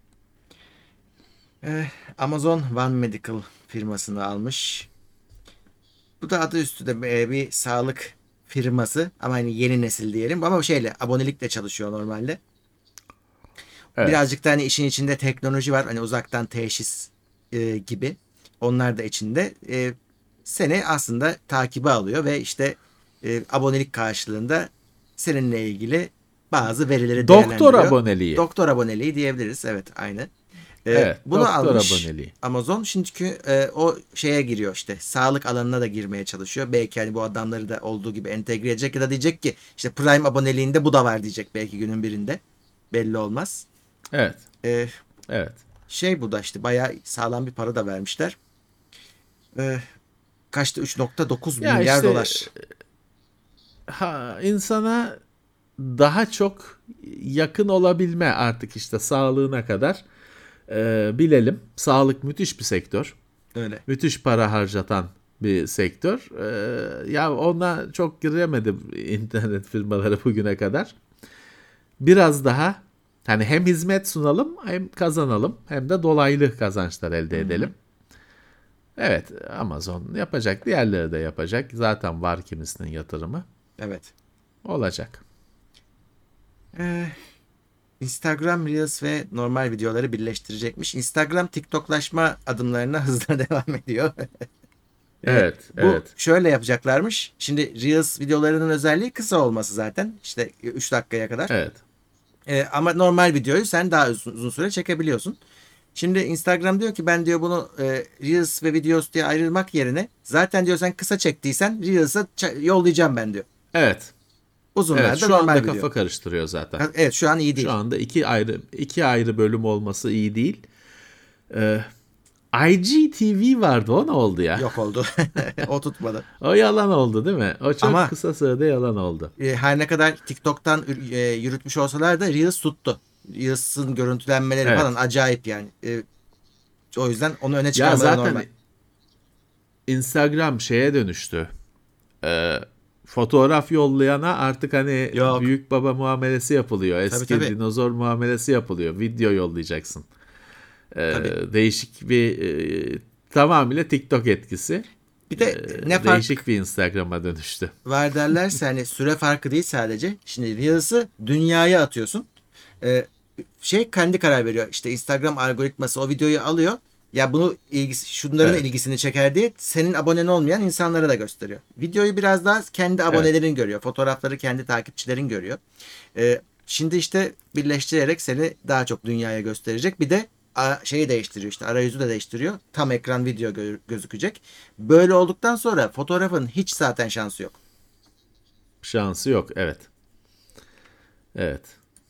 Amazon One Medical firmasını almış. Bu da adı üstünde bir sağlık firması ama hani yeni nesil diyelim, ama abonelikle çalışıyor normalde. Evet. Birazcık da hani işin içinde teknoloji var, hani uzaktan teşhis gibi. Onlar da içinde. Seni aslında takibe alıyor ve işte abonelik karşılığında seninle ilgili bazı verileri değerlendiriyor. Doktor aboneliği diyebiliriz. Evet, aynı. Bunu almış aboneliği Amazon. Çünkü o şeye giriyor, işte sağlık alanına da girmeye çalışıyor. Belki hani bu adamları da olduğu gibi entegre edecek ya da diyecek ki işte Prime aboneliğinde bu da var diyecek belki günün birinde. Belli olmaz. Evet. Evet. Bu da işte bayağı sağlam bir para da vermişler. Kaçtı? 3.9 milyar dolar. İnsana daha çok yakın olabilme artık, işte sağlığına kadar. Bilelim. Sağlık müthiş bir sektör. Öyle. Müthiş para harcatan bir sektör. Ya ona çok giremedim internet firmaları bugüne kadar. Biraz daha hani hem hizmet sunalım, hem kazanalım, hem de dolaylı kazançlar elde edelim. Evet, Amazon yapacak, diğerleri de yapacak. Zaten var kimisinin yatırımı. Evet. Olacak. Instagram Reels ve normal videoları birleştirecekmiş. Instagram TikToklaşma adımlarına hızla devam ediyor. Evet. Bu şöyle yapacaklarmış. Şimdi Reels videolarının özelliği kısa olması zaten. İşte 3 dakikaya kadar. Evet. Ama normal videoyu sen daha uzun süre çekebiliyorsun. Şimdi Instagram diyor ki ben diyor bunu Reels ve Videos diye ayrılmak yerine zaten diyor sen kısa çektiysen Reels'a yollayacağım ben diyor. Evet. Uzunlarda şu normal anda video. Kafa karıştırıyor zaten. Evet, şu an iyi değil. Şu anda iki ayrı bölüm olması iyi değil. IGTV vardı, o ne oldu ya? Yok oldu. O tutmadı. O yalan oldu değil mi? O çok kısa sürede yalan oldu. Her ne kadar TikTok'tan yürütmüş olsalar da Reels tuttu. Reels'ın görüntülenmeleri falan acayip yani. O yüzden onu öne çıkarmaları normal. Zaten Instagram şeye dönüştü. Fotoğraf yollayana artık hani büyük baba muamelesi yapılıyor. Eski dinozor muamelesi yapılıyor. Video yollayacaksın. Değişik bir tamamıyla TikTok etkisi. Bir de değişik bir Instagram'a dönüştü. Var derlerse hani süre farkı değil sadece. Şimdi Reels'ı dünyaya atıyorsun. Kendi karar veriyor. İşte Instagram algoritması o videoyu alıyor. Ya bunu şunların ilgisini çeker diye senin abonen olmayan insanlara da gösteriyor. Videoyu biraz daha kendi abonelerin görüyor. Fotoğrafları kendi takipçilerin görüyor. Şimdi işte birleştirerek seni daha çok dünyaya gösterecek. Bir de şeyi değiştiriyor, işte arayüzü de değiştiriyor. Tam ekran video gözükecek. Böyle olduktan sonra fotoğrafın hiç zaten şansı yok. Şansı yok, evet. Evet.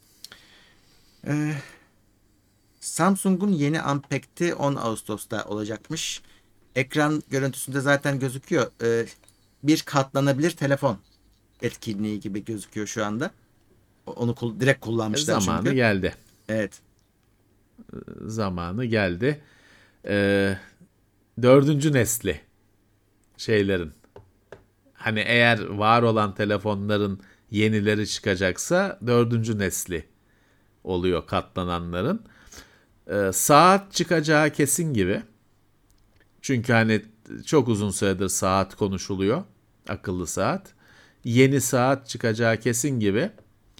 Samsung'un yeni Unpacked'i 10 Ağustos'ta olacakmış. Ekran görüntüsünde zaten gözüküyor. Bir katlanabilir telefon etkinliği gibi gözüküyor şu anda. Onu direkt kullanmışlar Zamanı çünkü. geldi. Evet. Zamanı geldi. 4. nesli şeylerin. Hani eğer var olan telefonların yenileri çıkacaksa 4. nesli oluyor katlananların. Saat çıkacağı kesin gibi. Çünkü hani çok uzun süredir saat konuşuluyor. Akıllı saat. Yeni saat çıkacağı kesin gibi.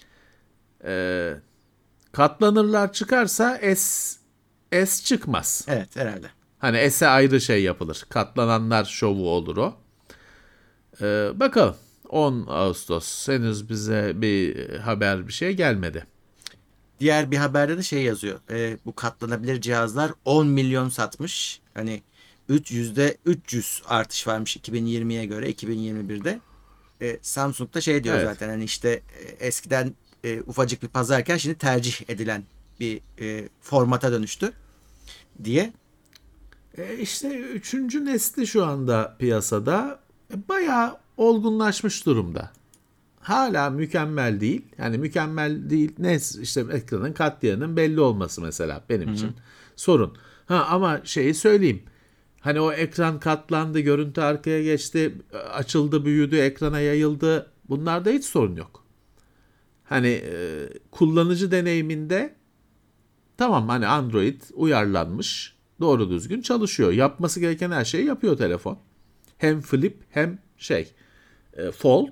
Katlanırlar çıkarsa S çıkmaz. Evet, herhalde. Hani S'e ayrı şey yapılır. Katlananlar şovu olur o. Bakalım. 10 Ağustos. Henüz bize bir haber, bir şey gelmedi. Diğer bir haberde de şey yazıyor. Bu katlanabilir cihazlar 10 milyon satmış. Hani %300 artış varmış 2020'ye göre 2021'de. Samsung da şey diyor Evet. zaten, hani işte eskiden ufacık bir pazarken şimdi tercih edilen bir formata dönüştü diye. İşte 3. nesli şu anda piyasada bayağı olgunlaşmış durumda. Hala mükemmel değil. Yani mükemmel değil. Ne işte ekranın katliamının belli olması mesela benim için sorun. Ama şeyi söyleyeyim. Hani o ekran katlandı, görüntü arkaya geçti, açıldı, büyüdü, ekrana yayıldı. Bunlarda hiç sorun yok. Hani kullanıcı deneyiminde tamam, hani Android uyarlanmış, doğru düzgün çalışıyor. Yapması gereken her şeyi yapıyor telefon. Hem flip hem fold.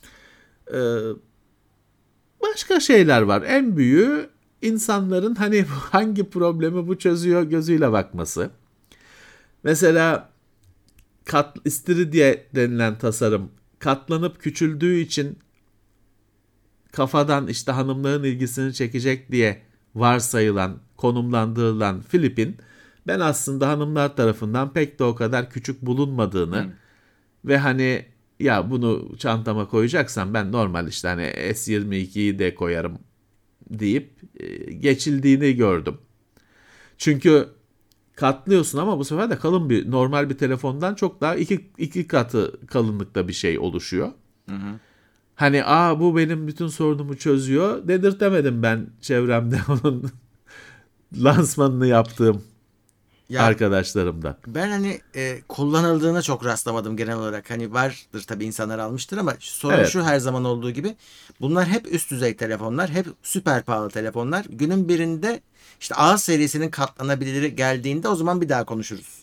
Başka şeyler var. En büyüğü insanların hani hangi problemi bu çözüyor gözüyle bakması. Mesela istiridye denilen tasarım katlanıp küçüldüğü için kafadan işte hanımların ilgisini çekecek diye varsayılan, konumlandırılan Flip'in ben aslında hanımlar tarafından pek de o kadar küçük bulunmadığını ve hani ya bunu çantama koyacaksam ben normal işte hani S22'yi de koyarım deyip geçildiğini gördüm. Çünkü katlıyorsun ama bu sefer de kalın bir normal bir telefondan çok daha iki katı kalınlıkta bir şey oluşuyor. Hani bu benim bütün sorunumu çözüyor dedirtemedim ben çevremde onun lansmanını yaptığım arkadaşlarımdan. Ben hani kullanıldığına çok rastlamadım genel olarak. Hani vardır tabii, insanlar almıştır ama sorun şu, her zaman olduğu gibi bunlar hep üst düzey telefonlar, hep süper pahalı telefonlar. Günün birinde işte A serisinin katlanabiliri geldiğinde o zaman bir daha konuşuruz.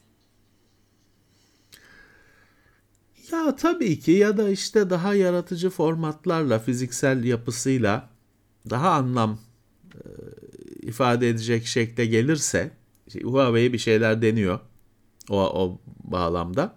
Ya tabii ki, ya da işte daha yaratıcı formatlarla, fiziksel yapısıyla daha anlam ifade edecek şekle gelirse, Huawei bir şeyler deniyor o bağlamda.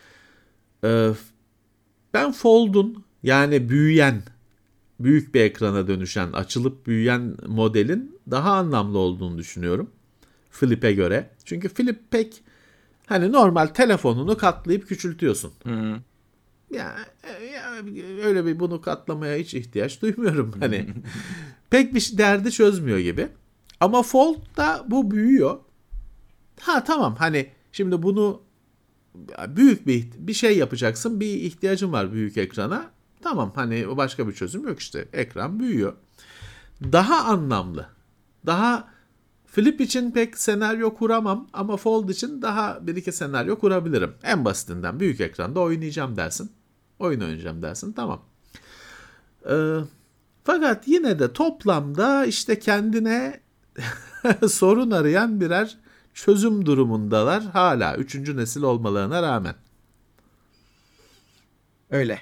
Ben Fold'un, yani büyüyen, büyük bir ekrana dönüşen, açılıp büyüyen modelin daha anlamlı olduğunu düşünüyorum Flip'e göre. Çünkü Flip pek hani normal telefonunu katlayıp küçültüyorsun. Ya öyle bir bunu katlamaya hiç ihtiyaç duymuyorum hani. Pek bir derdi çözmüyor gibi. Ama Fold'da bu büyüyor. Tamam, hani şimdi bunu büyük bir şey yapacaksın. Bir ihtiyacın var büyük ekrana. Tamam, hani başka bir çözüm yok işte. Ekran büyüyor. Daha anlamlı. Daha Flip için pek senaryo kuramam ama Fold için daha bir iki senaryo kurabilirim. En basitinden büyük ekranda oynayacağım dersin. Oyun oynayacağım dersin. Tamam. Fakat yine de toplamda işte kendine sorun arayan birer çözüm durumundalar. Hala 3. nesil olmalarına rağmen. Öyle.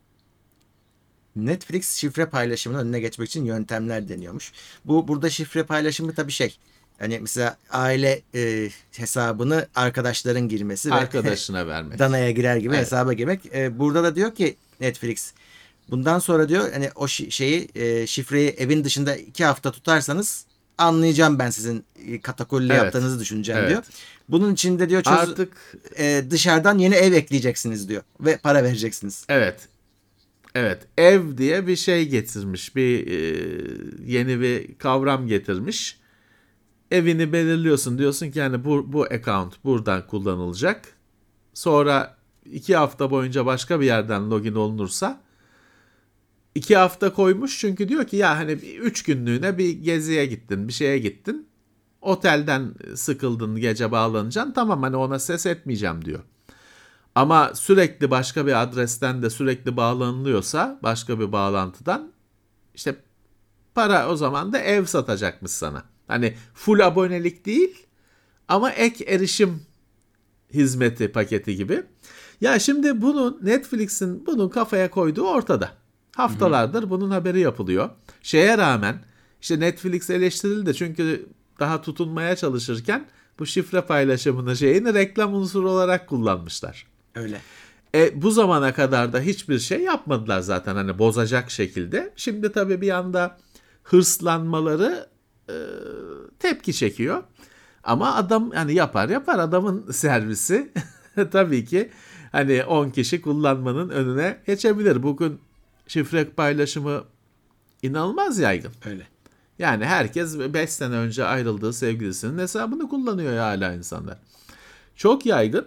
Netflix şifre paylaşımının önüne geçmek için yöntemler deniyormuş. Burada şifre paylaşımı tabii hani mesela aile hesabını arkadaşların girmesi arkadaşına ve vermek. Dana'ya girer gibi hesaba girmek. Burada da diyor ki Netflix, bundan sonra diyor hani o şifreyi evin dışında 2 hafta tutarsanız anlayacağım ben sizin katakulle Evet. yaptığınızı düşüneceğim Evet. diyor. Bunun için de diyor Artık dışarıdan yeni ev ekleyeceksiniz diyor ve para vereceksiniz. evet. Evet, ev diye bir şey getirmiş. Bir yeni bir kavram getirmiş. Evini belirliyorsun. Diyorsun ki yani bu account buradan kullanılacak. Sonra 2 hafta boyunca başka bir yerden login olunursa 2 hafta koymuş çünkü diyor ki ya hani 3 günlüğüne bir geziye gittin, bir şeye gittin. Otelden sıkıldın, gece bağlanacaksın. Tamam hani ona ses etmeyeceğim diyor. Ama sürekli başka bir adresten de sürekli bağlanılıyorsa başka bir bağlantıdan işte para o zaman da ev satacakmış sana. Hani full abonelik değil ama ek erişim hizmeti paketi gibi. Ya şimdi Netflix'in bunun kafaya koyduğu ortada. Haftalardır bunun haberi yapılıyor. Şeye rağmen işte Netflix eleştirildi çünkü daha tutunmaya çalışırken bu şifre paylaşımını reklam unsuru olarak kullanmışlar. Öyle. Bu zamana kadar da hiçbir şey yapmadılar zaten hani bozacak şekilde. Şimdi tabii bir anda hırslanmaları tepki çekiyor. Ama adam hani yapar adamın servisi tabii ki hani 10 kişi kullanmanın önüne geçebilir. Bugün şifre paylaşımı inanılmaz yaygın. Öyle. Yani herkes 5 sene önce ayrıldığı sevgilisinin hesabını kullanıyor ya hala insanlar. Çok yaygın.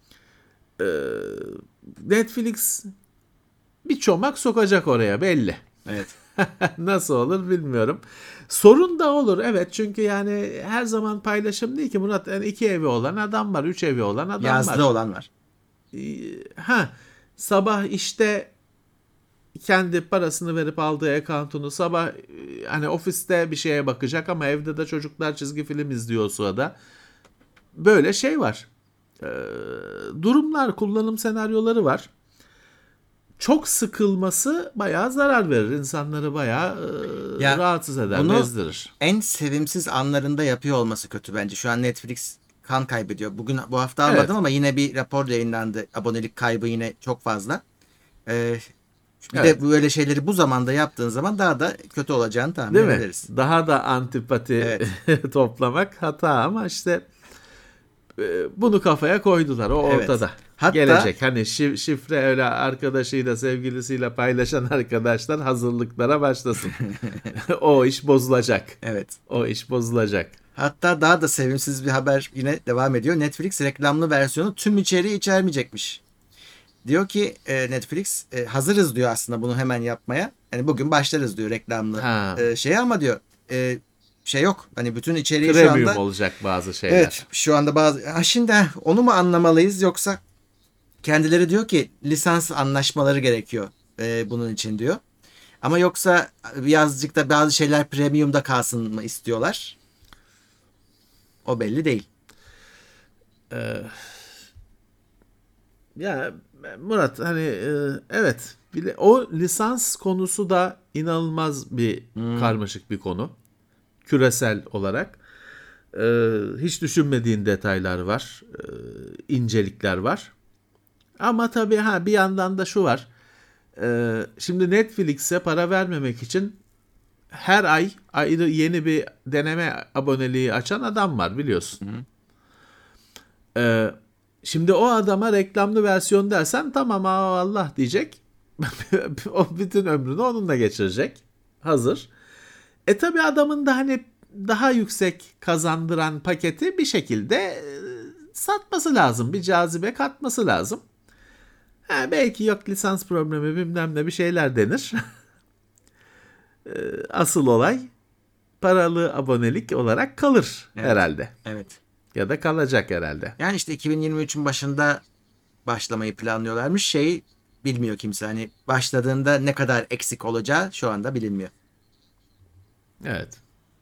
Netflix bir çomak sokacak oraya belli. Evet. Nasıl olur bilmiyorum. Sorun da olur evet çünkü yani her zaman paylaşım değil ki Murat. Yani 2 evi olan adam var, 3 evi olan adam Yazlı var. olan var. Sabah işte kendi parasını verip aldığı account'unu sabah hani ofiste bir şeye bakacak ama evde de çocuklar çizgi film izliyor o sırada. Böyle şey var. Durumlar, kullanım senaryoları var. Çok sıkılması bayağı zarar verir. İnsanları bayağı rahatsız eder, bezdirir. En sevimsiz anlarında yapıyor olması kötü bence. Şu an Netflix kan kaybediyor. Bu hafta almadım ama yine bir rapor yayınlandı. Abonelik kaybı yine çok fazla. Bir de böyle şeyleri bu zamanda yaptığın zaman daha da kötü olacağını tahmin ederiz. Daha da antipati toplamak hata ama işte bunu kafaya koydular. O ortada. Hatta, gelecek. Hani şifre öyle arkadaşıyla, sevgilisiyle paylaşan arkadaşlar hazırlıklara başlasın. O iş bozulacak. Evet. O iş bozulacak. Hatta daha da sevimsiz bir haber yine devam ediyor. Netflix reklamlı versiyonu tüm içeriği içermeyecekmiş. Diyor ki Netflix hazırız diyor aslında bunu hemen yapmaya. Yani bugün başlarız diyor reklamlı ama diyor şey yok. Hani bütün içeriği Premium şu anda olacak bazı şeyler. Evet, şu anda bazı şimdi onu mu anlamalıyız yoksa kendileri diyor ki lisans anlaşmaları gerekiyor bunun için diyor. Ama yoksa birazcık da bazı şeyler premium'da kalsın mı istiyorlar? O belli değil. Ya Murat hani evet o lisans konusu da inanılmaz bir karmaşık bir konu. Küresel olarak. Hiç düşünmediğin detaylar var. İncelikler var. Ama tabii bir yandan da şu var. Şimdi Netflix'e para vermemek için her ay ayrı yeni bir deneme aboneliği açan adam var biliyorsun. Şimdi o adama reklamlı versiyon dersen tamam Allah diyecek. O bütün ömrünü onunla geçirecek. Hazır. Tabii adamın da hani daha yüksek kazandıran paketi bir şekilde satması lazım. Bir cazibe katması lazım. Belki yok lisans problemi bilmem ne bir şeyler denir. Asıl olay paralı abonelik olarak kalır herhalde. Evet. Ya da kalacak herhalde. Yani işte 2023'ün başında başlamayı planlıyorlarmış. Bilmiyor kimse. Hani başladığında ne kadar eksik olacağı şu anda bilinmiyor. Evet.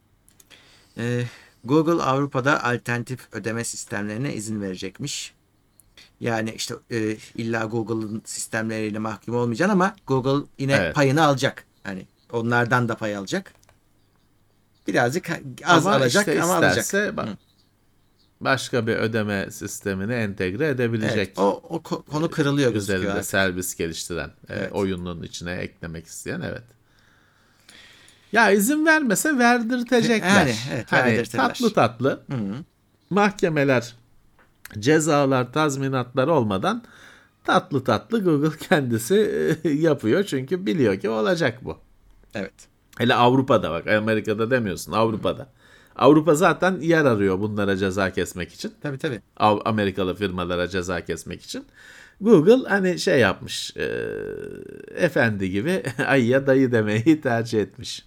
Google Avrupa'da alternatif ödeme sistemlerine izin verecekmiş. Yani işte illa Google'ın sistemleriyle mahkum olmayacaksın ama Google yine payını alacak. Hani onlardan da pay alacak. Birazcık az ama alacak işte ama alacak. Başka bir ödeme sistemini entegre edebilecek. Evet, o konu kırılıyor gözüküyor. Üzerinde servis geliştiren, oyunun içine eklemek isteyen Ya izin vermese verdirtecekler. Yani, evet, hani verdirtirler. tatlı tatlı mahkemeler, cezalar, tazminatlar olmadan tatlı tatlı Google kendisi yapıyor. Çünkü biliyor ki olacak bu. Evet. Hele Avrupa'da bak, Amerika'da demiyorsun, Avrupa'da. Avrupa zaten yer arıyor bunlara ceza kesmek için. Tabii. Amerikalı firmalara ceza kesmek için. Google hani şey yapmış, efendi gibi ayıya dayı demeyi tercih etmiş.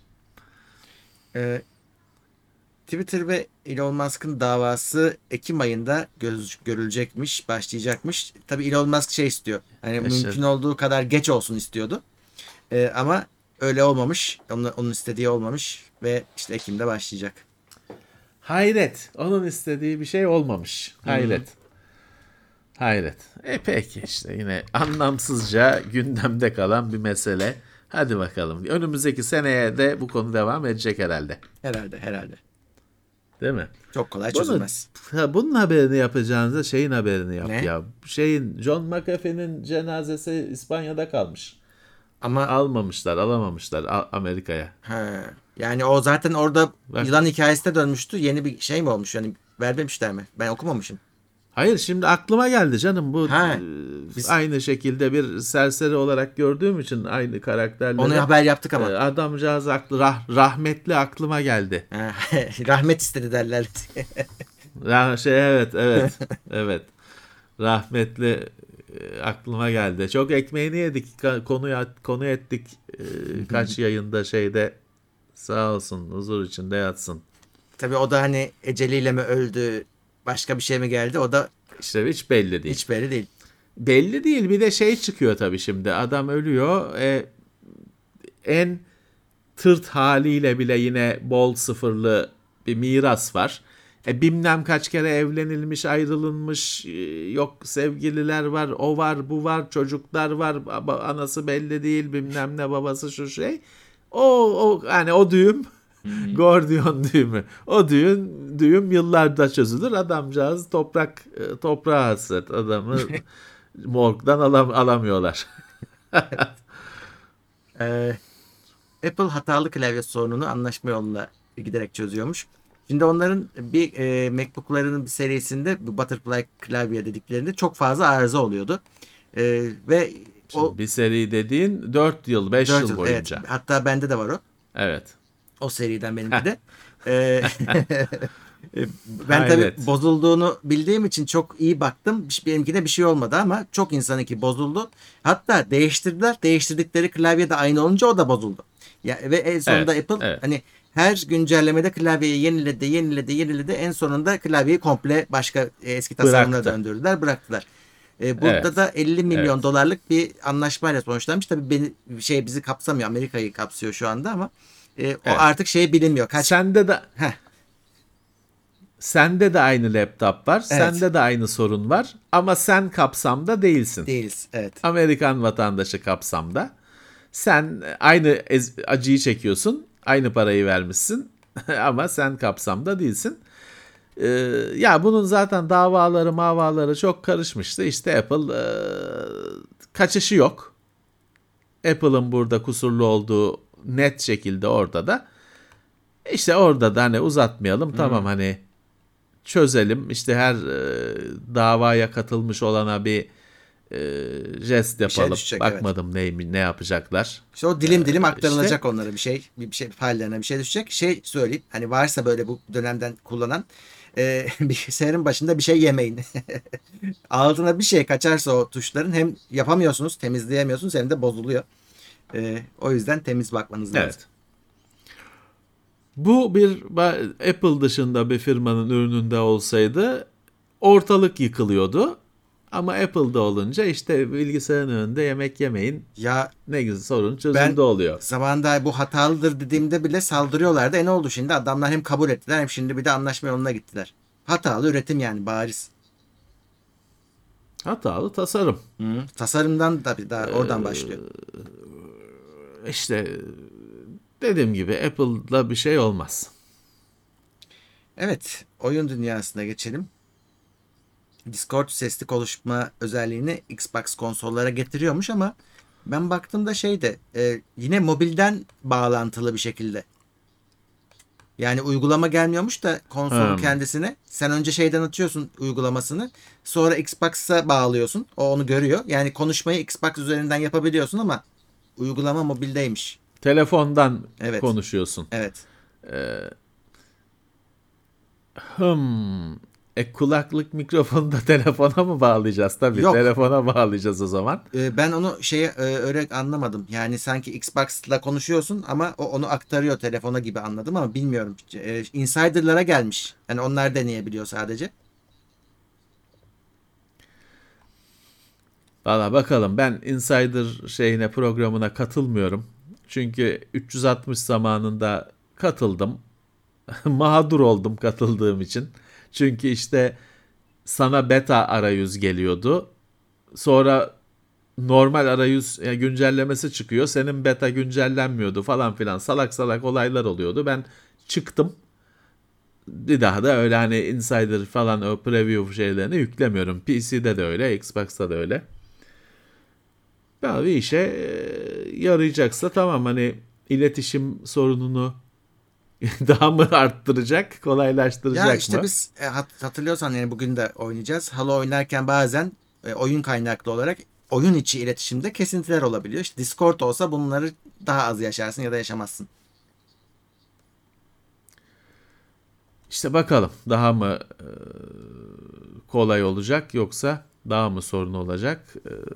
Twitter ve Elon Musk'ın davası Ekim ayında görülecekmiş, başlayacakmış. Tabii Elon Musk şey istiyor. Hani mümkün olduğu kadar geç olsun istiyordu. Ama öyle olmamış. Onun istediği olmamış ve işte Ekim'de başlayacak. Hayret. Onun istediği bir şey olmamış. Hayret. Hayret. Peki işte yine anlamsızca gündemde kalan bir mesele. Hadi bakalım. Önümüzdeki seneye de bu konu devam edecek herhalde. Herhalde. Değil mi? Çok kolay çözülmez. Bunun haberini yapacağınıza şeyin haberini yap Ne? ya. John McAfee'nin cenazesi İspanya'da kalmış. Ama Alamamışlar Amerika'ya. yani o zaten orada Bak. yılan hikayesine dönmüştü. Yeni bir şey mi olmuş? Yani vermemişler mi? Ben okumamışım. Hayır, şimdi aklıma geldi canım bu Biz- aynı şekilde bir serseri olarak gördüğüm için aynı karakterleri. Onu haber yaptık ama. Adamcağız rahmetli aklıma geldi. Rahmet istedi derler. Evet. Evet. Rahmetli aklıma geldi. Çok ekmeğini yedik. Konu ettik. Kaç yayında şeyde, sağ olsun, huzur içinde yatsın. Tabii o da hani eceliyle mi öldü, başka bir şey mi geldi? O da İşte hiç belli değil. hiç belli değil. Belli değil. Bir de şey çıkıyor tabii şimdi. Adam ölüyor. En tırt haliyle bile yine bol sıfırlı bir miras var. Bilmem kaç kere evlenilmiş, ayrılınmış, yok sevgililer var, o var, bu var, çocuklar var, anası belli değil, bilmem ne, babası şu şey. O yani o düğüm Gordiyon düğümü. O düğüm yıllarda çözülür. Adamcağız toprağa hasret. Adamı morgdan alamıyorlar. Apple hatalı klavye sorununu anlaşma yoluna giderek çözüyormuş. Şimdi onların bir MacBook'larının bir serisinde bu Butterfly klavye dediklerinde çok fazla arıza oluyordu. Ve o Bir seri dediğin 4 yıl, 5 4 yıl yıl, boyunca. evet. Hatta bende de var o. Evet. O seriden benimki de. Ben tabii Hayret. bozulduğunu bildiğim için çok iyi baktım. Benimkine bir şey olmadı ama çok insanınki bozuldu. Hatta değiştirdiler. Değiştirdikleri klavye de aynı olunca o da bozuldu. Ya, ve en sonunda Apple hani her güncellemede klavyeyi yeniledi. En sonunda klavyeyi komple başka eski tasarımına döndürdüler, bıraktılar. Burada da 50 milyon dolarlık bir anlaşmayla sonuçlanmış. Tabii bizi kapsamıyor. Amerika'yı kapsıyor şu anda ama o artık bilinmiyor. Sende de aynı laptop var. Evet. Sende de aynı sorun var. Ama sen kapsamda değilsin. Değiliz. Evet. Amerikan vatandaşı kapsamda. Sen aynı acıyı çekiyorsun. Aynı parayı vermişsin. Ama sen kapsamda değilsin. Ya bunun zaten davaları çok karışmıştı. İşte Apple kaçışı yok. Apple'ın burada kusurlu olduğu net şekilde ortada. İşte orada da hani uzatmayalım. Tamam, hani çözelim. İşte her davaya katılmış olana bir jest yapalım. Düşecek, bakmadım ne yapacaklar. İşte o dilim aktarılacak onlara bir şey faillerine bir şey düşecek. Söyleyeyim. Hani varsa böyle bu dönemden kullanan bilgisayarın başında bir şey yemeyin. Altına bir şey kaçarsa o tuşların hem yapamıyorsunuz, temizleyemiyorsunuz hem de bozuluyor. O yüzden temiz bakmanız lazım. Evet. Bu bir Apple dışında bir firmanın ürününde olsaydı ortalık yıkılıyordu. Ama Apple'da olunca işte bilgisayarın önünde yemek yemeyin. Ya ne güzel, sorun çözümde oluyor. Zamanında bu hatalıdır dediğimde bile saldırıyorlardı. Ne oldu şimdi? Adamlar hem kabul ettiler hem şimdi bir de anlaşma yoluna gittiler. Hatalı üretim yani, bariz. Hatalı tasarım. Tasarımdan da oradan başlıyor. İşte dediğim gibi Apple'da bir şey olmaz. Evet, oyun dünyasına geçelim. Discord sesli konuşma özelliğini Xbox konsollara getiriyormuş ama ben baktığımda yine mobilden bağlantılı bir şekilde Yani uygulama gelmiyormuş da konsolun Hmm. kendisine. Sen önce şeyden açıyorsun uygulamasını. Sonra Xbox'a bağlıyorsun. O onu görüyor. Yani konuşmayı Xbox üzerinden yapabiliyorsun ama uygulama mobildeymiş. Telefondan Evet. konuşuyorsun. Evet. Kulaklık mikrofonu da telefona mı bağlayacağız? Tabii Yok. telefona bağlayacağız o zaman. Ben onu öyle anlamadım. Yani sanki Xbox'la konuşuyorsun ama o onu aktarıyor telefona gibi anladım ama bilmiyorum. Insider'lara gelmiş. Yani onlar deneyebiliyor sadece. Valla bakalım, ben Insider programına katılmıyorum. Çünkü 360 zamanında katıldım. Mağdur oldum katıldığım için. Çünkü işte sana beta arayüz geliyordu. Sonra normal arayüz güncellemesi çıkıyor. Senin beta güncellenmiyordu falan filan. Salak salak olaylar oluyordu. Ben çıktım. Bir daha da öyle hani Insider falan o preview şeylerini yüklemiyorum. PC'de de öyle, Xbox'ta da öyle. Ya bir işe yarayacaksa tamam, hani iletişim sorununu daha mı arttıracak, kolaylaştıracak Ya mı? işte biz hatırlıyorsan yani bugün de oynayacağız. Halo oynarken bazen oyun kaynaklı olarak oyun içi iletişimde kesintiler olabiliyor. İşte Discord olsa bunları daha az yaşarsın ya da yaşamazsın. İşte bakalım daha mı kolay olacak yoksa daha mı sorun olacak?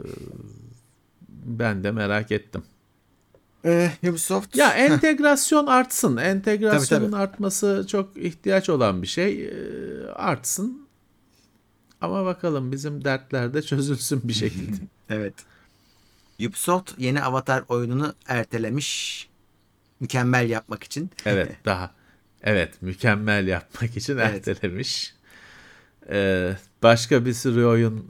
Ben de merak ettim. Ubisoft. Ya entegrasyon artsın. Entegrasyonun Tabii. artması çok ihtiyaç olan bir şey. Artsın. Ama bakalım bizim dertler de çözülsün bir şekilde. Evet. Ubisoft yeni Avatar oyununu ertelemiş. Mükemmel yapmak için. Evet, mükemmel yapmak için Evet. ertelemiş. Başka bir sürü oyun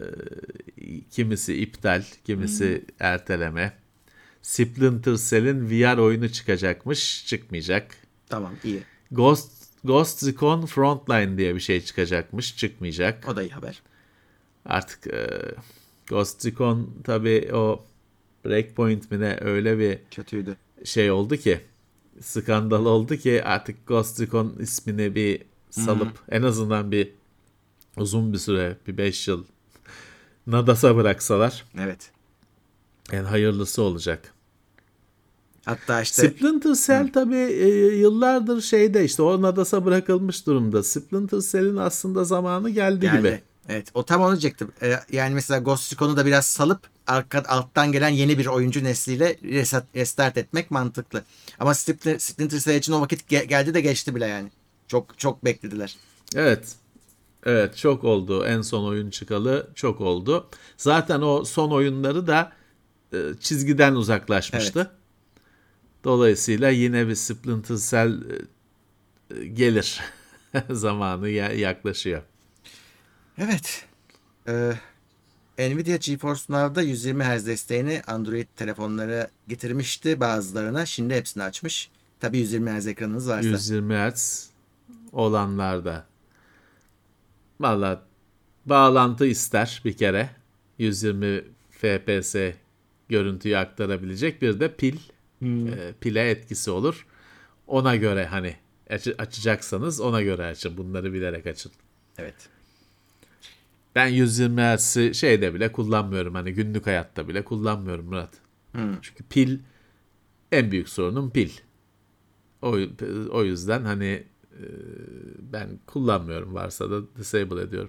kimisi iptal, kimisi erteleme. Splinter Cell'in VR oyunu çıkacakmış, çıkmayacak. Tamam, iyi. Ghost Recon Frontline diye bir şey çıkacakmış, çıkmayacak. O da iyi haber. Artık Ghost Recon tabii o Breakpoint mi ne, öyle bir Kötüydü. şey oldu ki, skandal oldu ki artık Ghost Recon ismini bir salıp en azından bir uzun bir süre, bir 5 yıl Nadas'a bıraksalar Evet. en hayırlısı olacak. Hatta işte Splinter Cell tabii yıllardır şeyde, işte o Nadas'a bırakılmış durumda. Splinter Cell'in aslında zamanı geldi gibi. Evet, o tam onu diyecektim. Yani mesela Ghost Recon'u da biraz salıp alttan gelen yeni bir oyuncu nesliyle restart etmek mantıklı. Ama Splinter Cell için o vakit geldi de geçti bile yani. Çok çok beklediler. Evet, çok oldu. En son oyun çıkalı çok oldu. Zaten o son oyunları da çizgiden uzaklaşmıştı. Evet. Dolayısıyla yine bir Splinter Cell gelir. Zamanı yaklaşıyor. Evet. Nvidia GeForce Now'da 120 Hz desteğini Android telefonlara getirmişti bazılarına. Şimdi hepsini açmış. Tabii 120 Hz ekranınız varsa. 120 Hz olanlarda. Valla bağlantı ister bir kere. 120 FPS görüntüyü aktarabilecek. Bir de pile etkisi olur. Ona göre hani açacaksanız ona göre açın. Bunları bilerek açın. Evet. Ben 120 Hz'i şeyde bile kullanmıyorum. Hani günlük hayatta bile kullanmıyorum Murat. Çünkü pil, en büyük sorunum pil. O yüzden hani ben kullanmıyorum. Varsa da disable ediyorum.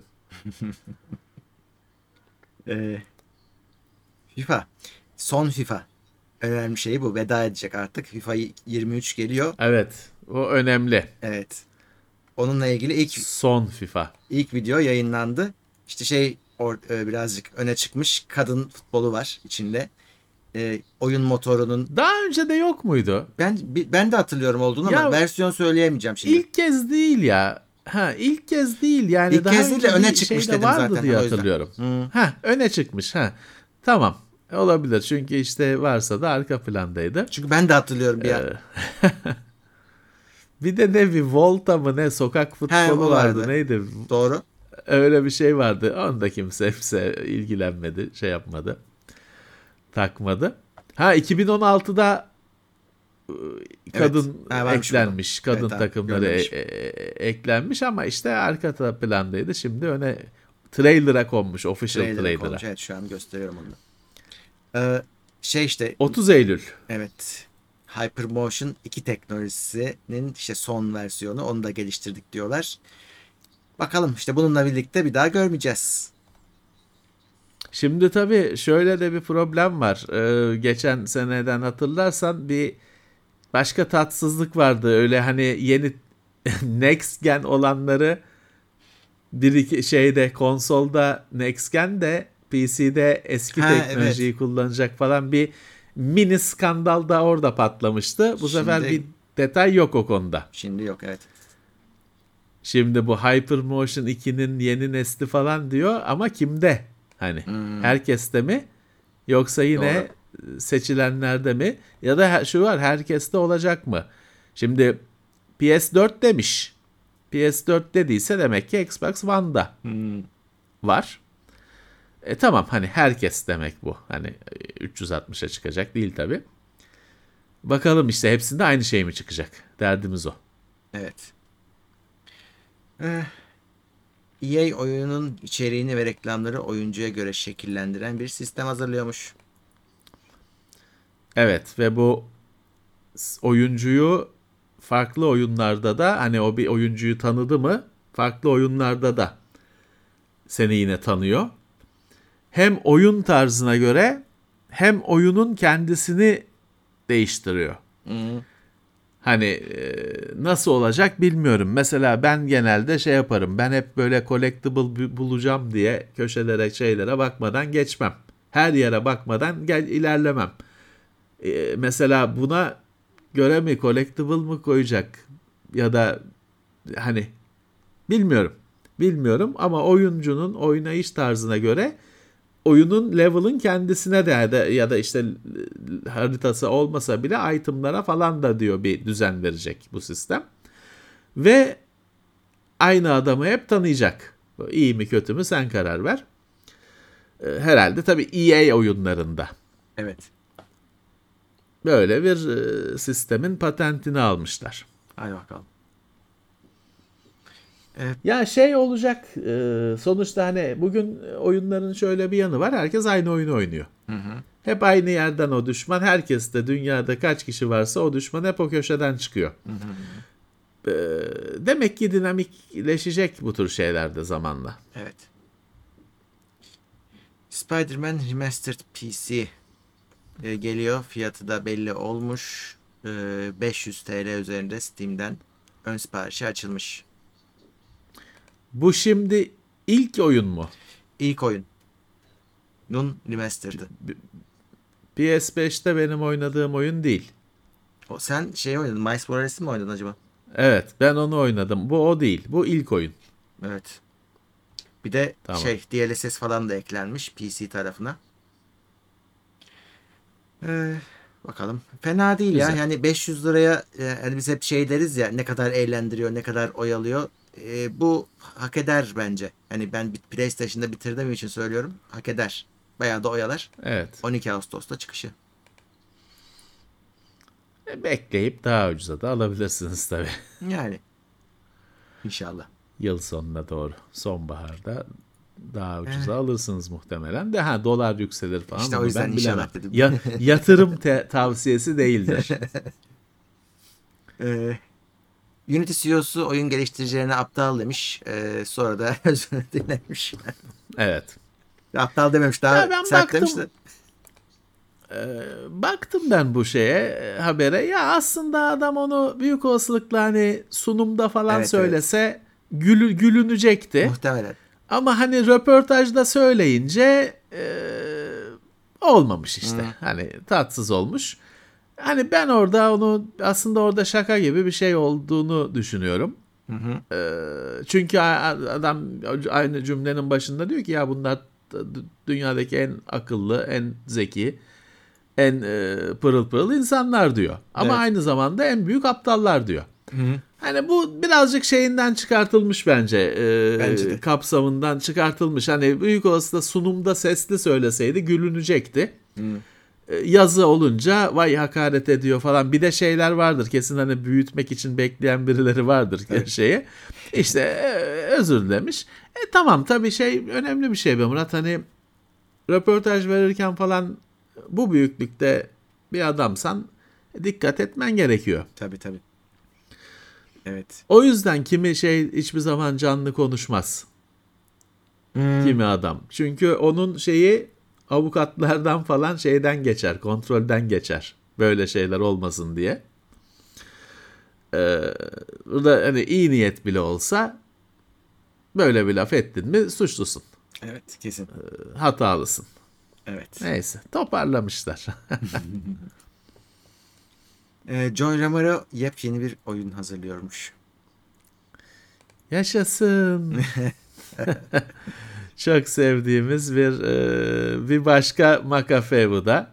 FIFA. Son FIFA. Önemli şey bu. Veda edecek artık. FIFA 23 geliyor. Evet. O önemli. Evet. Onunla ilgili son FIFA. İlk video yayınlandı. İşte birazcık öne çıkmış. Kadın futbolu var içinde. Oyun motorunun. Daha önce de yok muydu? Ben de hatırlıyorum olduğunu ama versiyon söyleyemeyeceğim şimdi. İlk kez değil ya. İlk kez değil yani. İlk daha kez değil de öne çıkmış dedim vardı zaten. diye hatırlıyorum. Öne çıkmış. Tamam. Olabilir. Çünkü işte varsa da arka plandaydı. Çünkü ben de hatırlıyorum bir an. Bir de ne bir Volta mı ne sokak futbolu vardı. Neydi? Doğru. Öyle bir şey vardı. Onda kimse ilgilenmedi. Şey yapmadı. Takmadı. 2016'da kadın varmış eklenmiş. bu da. Kadın Evet, takımları görmemiş. eklenmiş ama işte arka plandaydı. Şimdi öne trailer'a konmuş. Official trailer'a. Konmuş. Evet, şu an gösteriyorum onu. İşte 30 Eylül. evet, Hypermotion 2 teknolojisinin işte son versiyonu, onu da geliştirdik diyorlar. Bakalım işte bununla birlikte bir daha görmeyeceğiz. Şimdi tabii şöyle de bir problem var. Geçen seneden hatırlarsan bir başka tatsızlık vardı. Öyle hani yeni Next Gen olanları bir iki şeyde, konsolda Next Gen de PC'de eski teknolojiyi kullanacak falan bir mini skandal da orada patlamıştı. Bu sefer bir detay yok o konuda. Şimdi yok, evet. Şimdi bu Hypermotion 2'nin yeni nesli falan diyor ama kimde? Hani herkeste mi? Yoksa yine seçilenlerde mi? Ya da şu var, herkeste olacak mı? Şimdi PS4 demiş. PS4 dediyse demek ki Xbox One'da var. Tamam, hani herkes demek bu. Hani 360'a çıkacak değil tabii. Bakalım işte hepsinde aynı şey mi çıkacak? Derdimiz o. Evet. EA oyunun içeriğini ve reklamları oyuncuya göre şekillendiren bir sistem hazırlıyormuş. Evet ve bu oyuncuyu farklı oyunlarda da, hani o bir oyuncuyu tanıdı mı farklı oyunlarda da seni yine tanıyor. Hem oyun tarzına göre hem oyunun kendisini değiştiriyor. Hani nasıl olacak bilmiyorum. Mesela ben genelde şey yaparım. Ben hep böyle collectible bulacağım diye köşelere, şeylere bakmadan geçmem. Her yere bakmadan ilerlemem. Mesela buna göre mi collectible mı koyacak? Ya da hani bilmiyorum ama oyuncunun oynayış tarzına göre oyunun level'ın kendisine de ya da işte haritası olmasa bile itemlara falan da diyor bir düzen verecek bu sistem. Ve aynı adamı hep tanıyacak. İyi mi kötü mü sen karar ver. Herhalde tabii EA oyunlarında. Evet. Böyle bir sistemin patentini almışlar. Hadi bakalım. Ya şey olacak, sonuçta hani bugün oyunların şöyle bir yanı var. Herkes aynı oyunu oynuyor. Hep aynı yerden o düşman. Herkes de, dünyada kaç kişi varsa o düşman hep o köşeden çıkıyor. Demek ki dinamikleşecek bu tür şeyler de zamanla. Evet. Spider-Man Remastered PC geliyor. Fiyatı da belli olmuş. 500 TL üzerinde Steam'den ön siparişi açılmış. Bu şimdi ilk oyun mu? İlk oyun. Nun Remastered'ı. PS5'te benim oynadığım oyun değil. Sen şey oynadın. Miles Morales'i mi oynadın acaba? Evet, ben onu oynadım. Bu o değil. Bu ilk oyun. Evet. Bir de tamam. DLSS falan da eklenmiş PC tarafına. Bakalım. Fena değil Güzel. ya. Yani 500 liraya hani biz hep şey deriz ya, ne kadar eğlendiriyor, ne kadar oyalıyor. Bu hak eder bence. Hani ben PlayStation'da bitirdiğim için söylüyorum. Hak eder. Bayağı da oyalar. Evet. 12 Ağustos'ta çıkışı. Bekleyip daha ucuza da alabilirsiniz tabii. Yani. İnşallah. Yıl sonuna doğru. Sonbaharda daha ucuza alırsınız muhtemelen de. Dolar yükselir falan. İşte o yüzden ben inşallah bilemem. dedim. Yatırım tavsiyesi değildir. Unity CEO'su oyun geliştiricilerine aptal demiş. Sonra da özür dilemiş. Evet. Aptal dememiş, daha sert demiş de. Baktım ben bu habere. Ya aslında adam onu büyük olasılıkla hani sunumda falan söylese gülünecekti. Muhtemelen. Ama hani röportajda söyleyince olmamış işte. Hani tatsız olmuş. Hani ben onu aslında orada şaka gibi bir şey olduğunu düşünüyorum. Çünkü adam aynı cümlenin başında diyor ki ya bunlar dünyadaki en akıllı, en zeki, en pırıl pırıl insanlar diyor. Ama aynı zamanda en büyük aptallar diyor. Hani bu birazcık şeyinden çıkartılmış bence. Bence de. Kapsamından çıkartılmış. Hani büyük olasılıkla sunumda sesli söyleseydi gülünecekti. yazı olunca vay hakaret ediyor falan. Bir de şeyler vardır kesin, hani büyütmek için bekleyen birileri vardır şeye. İşte özür dilemiş. Tamam, tabii önemli bir şey be Murat, hani röportaj verirken falan bu büyüklükte bir adamsan dikkat etmen gerekiyor. Tabii. Evet. O yüzden kimi hiçbir zaman canlı konuşmaz. Kimi adam. Çünkü onun avukatlardan falan kontrolden geçer. Böyle şeyler olmasın diye. Burada hani iyi niyet bile olsa böyle bir laf ettin mi suçlusun. Evet, kesin. Hatalısın. Evet. Neyse, toparlamışlar. John Romero yepyeni bir oyun hazırlıyormuş. Yaşasın. Çok sevdiğimiz bir başka McAfee bu da.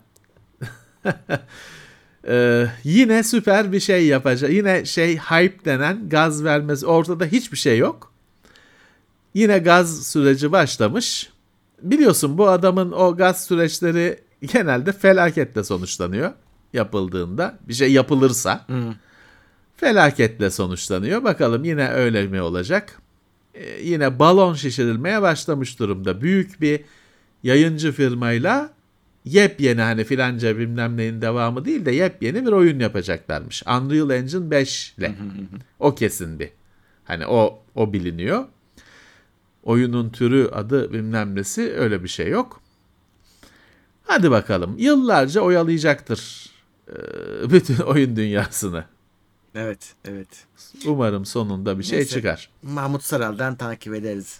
Yine süper bir şey yapacak. Yine hype denen gaz vermesi. Ortada hiçbir şey yok. Yine gaz süreci başlamış. Biliyorsun bu adamın o gaz süreçleri genelde felaketle sonuçlanıyor. Yapıldığında. Bir şey yapılırsa. Felaketle sonuçlanıyor. Bakalım yine öyle mi olacak? Yine balon şişirilmeye başlamış durumda. Büyük bir yayıncı firmayla yepyeni, hani filanca bilmem neyin devamı değil de yepyeni bir oyun yapacaklarmış. Unreal Engine 5 ile. O kesin bir. Hani o biliniyor. Oyunun türü, adı bilmem nesi, öyle bir şey yok. Hadi bakalım. Yıllarca oyalayacaktır bütün oyun dünyasını. Evet. Umarım sonunda bir şey çıkar. Mahmut Saral'dan takip ederiz.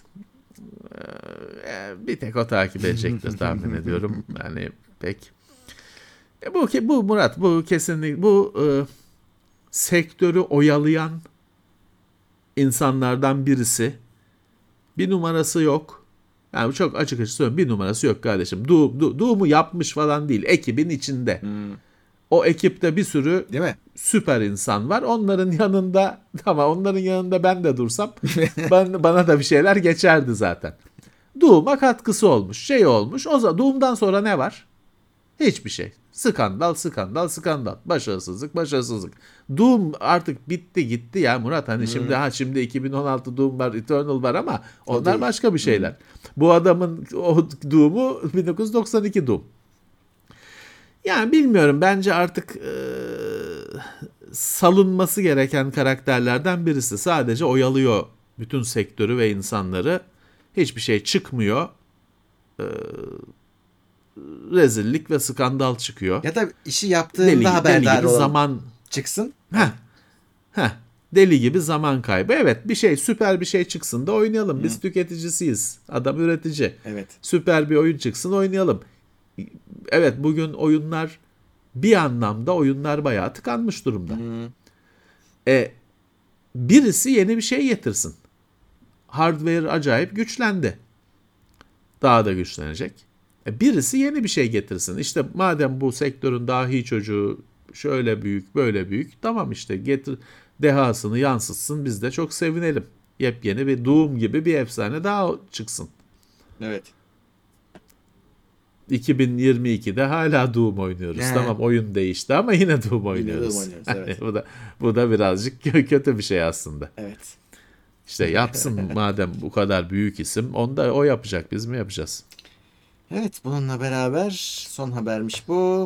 Bir tek o takip edecektir tahmin ediyorum. Yani pek. Bu Murat, bu kesinlikle bu sektörü oyalayan insanlardan birisi. Bir numarası yok. Yani çok açık söylüyorum, bir numarası yok kardeşim. Doom'u yapmış falan değil. Ekibin içinde. O ekipte bir sürü değil mi? Süper insan var. Onların yanında ben de dursam bana da bir şeyler geçerdi zaten. Doom'a katkısı olmuş. Olmuş. O zaman Doom'dan sonra ne var? Hiçbir şey. Skandal. Başarısızlık. Doom artık bitti gitti ya Murat. Hani şimdi 2016 Doom var, Eternal var ama onlar başka bir şeyler. Bu adamın o Doom'u 1992 Doom. Yani bilmiyorum, bence artık salınması gereken karakterlerden birisi. Sadece oyalıyor bütün sektörü ve insanları. Hiçbir şey çıkmıyor. Rezillik ve skandal çıkıyor. Ya da işi yaptığında haberdar gibi olan zaman çıksın. Deli gibi zaman kaybı. Evet, süper bir şey çıksın da oynayalım. Biz tüketicisiyiz. Adam üretici. Evet. Süper bir oyun çıksın, oynayalım. Evet, bugün bir anlamda oyunlar bayağı tıkanmış durumda. Birisi yeni bir şey getirsin. Hardware acayip güçlendi. Daha da güçlenecek. Birisi yeni bir şey getirsin. İşte madem bu sektörün dahi çocuğu şöyle büyük, böyle büyük, tamam işte getir, dehasını yansıtsın, biz de çok sevinelim. Yepyeni bir Doom gibi bir efsane daha çıksın. Evet. 2022'de hala Doom oynuyoruz. Tamam, oyun değişti ama yine Doom oynuyoruz. Evet. Bu da birazcık kötü bir şey aslında. Evet. İşte yapsın madem bu kadar büyük isim, o yapacak, biz mi yapacağız? Evet, bununla beraber son habermiş bu.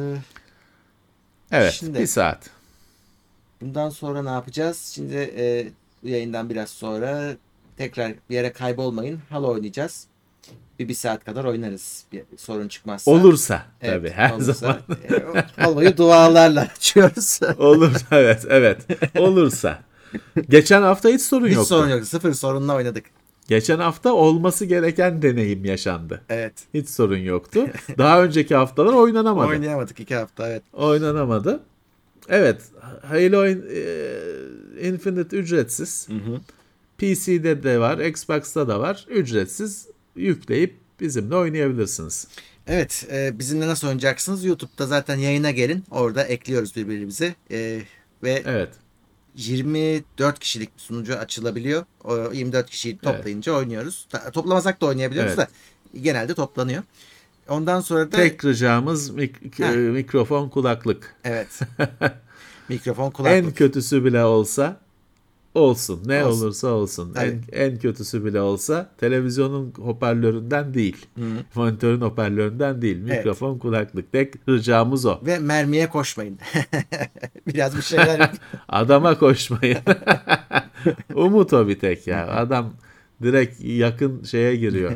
Evet, şimdi, bir saat. Bundan sonra ne yapacağız? Şimdi bu yayından biraz sonra tekrar bir yere kaybolmayın. Halo oynayacağız. Bir saat kadar oynarız. Bir sorun çıkmazsa. Olursa evet, tabii her zaman. Halo'yu dualarla açıyoruz. Olur, evet. Olursa. Geçen hafta hiç sorun yoktu. Hiç sorun yok. Sıfır sorunla oynadık. Geçen hafta olması gereken deneyim yaşandı. Evet. Hiç sorun yoktu. Daha önceki haftalar oynanamadı. Oynayamadık 2 hafta, evet. Oynanamadı. Evet. Halo Infinite ücretsiz. PC'de de var, Xbox'ta da var. Ücretsiz, yükleyip bizimle oynayabilirsiniz. Evet. Bizimle nasıl oynayacaksınız? YouTube'da zaten yayına gelin. Orada ekliyoruz birbirimizi. Ve evet. 24 kişilik bir sunucu açılabiliyor. O 24 kişiyi toplayınca oynuyoruz. Toplamasak da oynayabiliyoruz da genelde toplanıyor. Ondan sonra da Tek ricamız mikrofon, kulaklık. evet. Mikrofon, kulaklık. En kötüsü bile olsa olsun. Ne Olsun. olursa olsun. Tabii. En kötüsü bile olsa televizyonun hoparlöründen değil. Monitörün hoparlöründen değil. Mikrofon, kulaklık. Tek ricamız o. Ve mermiye koşmayın. Biraz bir şeyler. Adama koşmayın. Umut o bir tek ya. Adam direkt yakın şeye giriyor.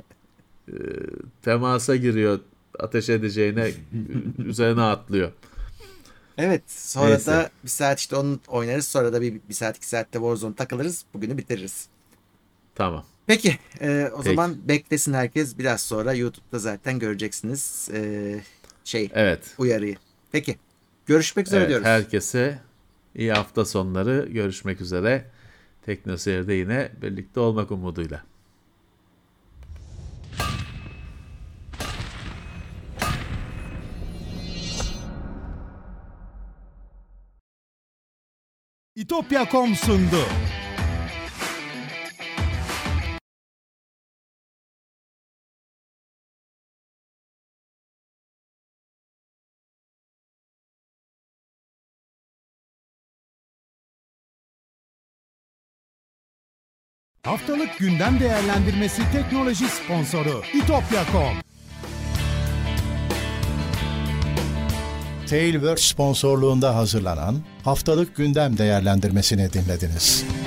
Temasa giriyor. Ateş edeceğine üzerine atlıyor. Evet. Sonra Neyse. da bir saat işte onu oynarız. Sonra da bir saat 2 saatte Warzone takılırız. Bugünü bitiririz. Tamam. Peki. O zaman beklesin herkes. Biraz sonra YouTube'da zaten göreceksiniz. Evet. Uyarıyı. Peki. Görüşmek üzere Evet, diyoruz. herkese iyi hafta sonları. Görüşmek üzere. Teknoseyir'de yine birlikte olmak umuduyla. İtopya.com sundu. Haftalık gündem değerlendirmesi teknoloji sponsoru İtopya.com. Tailwords sponsorluğunda hazırlanan haftalık gündem değerlendirmesini dinlediniz.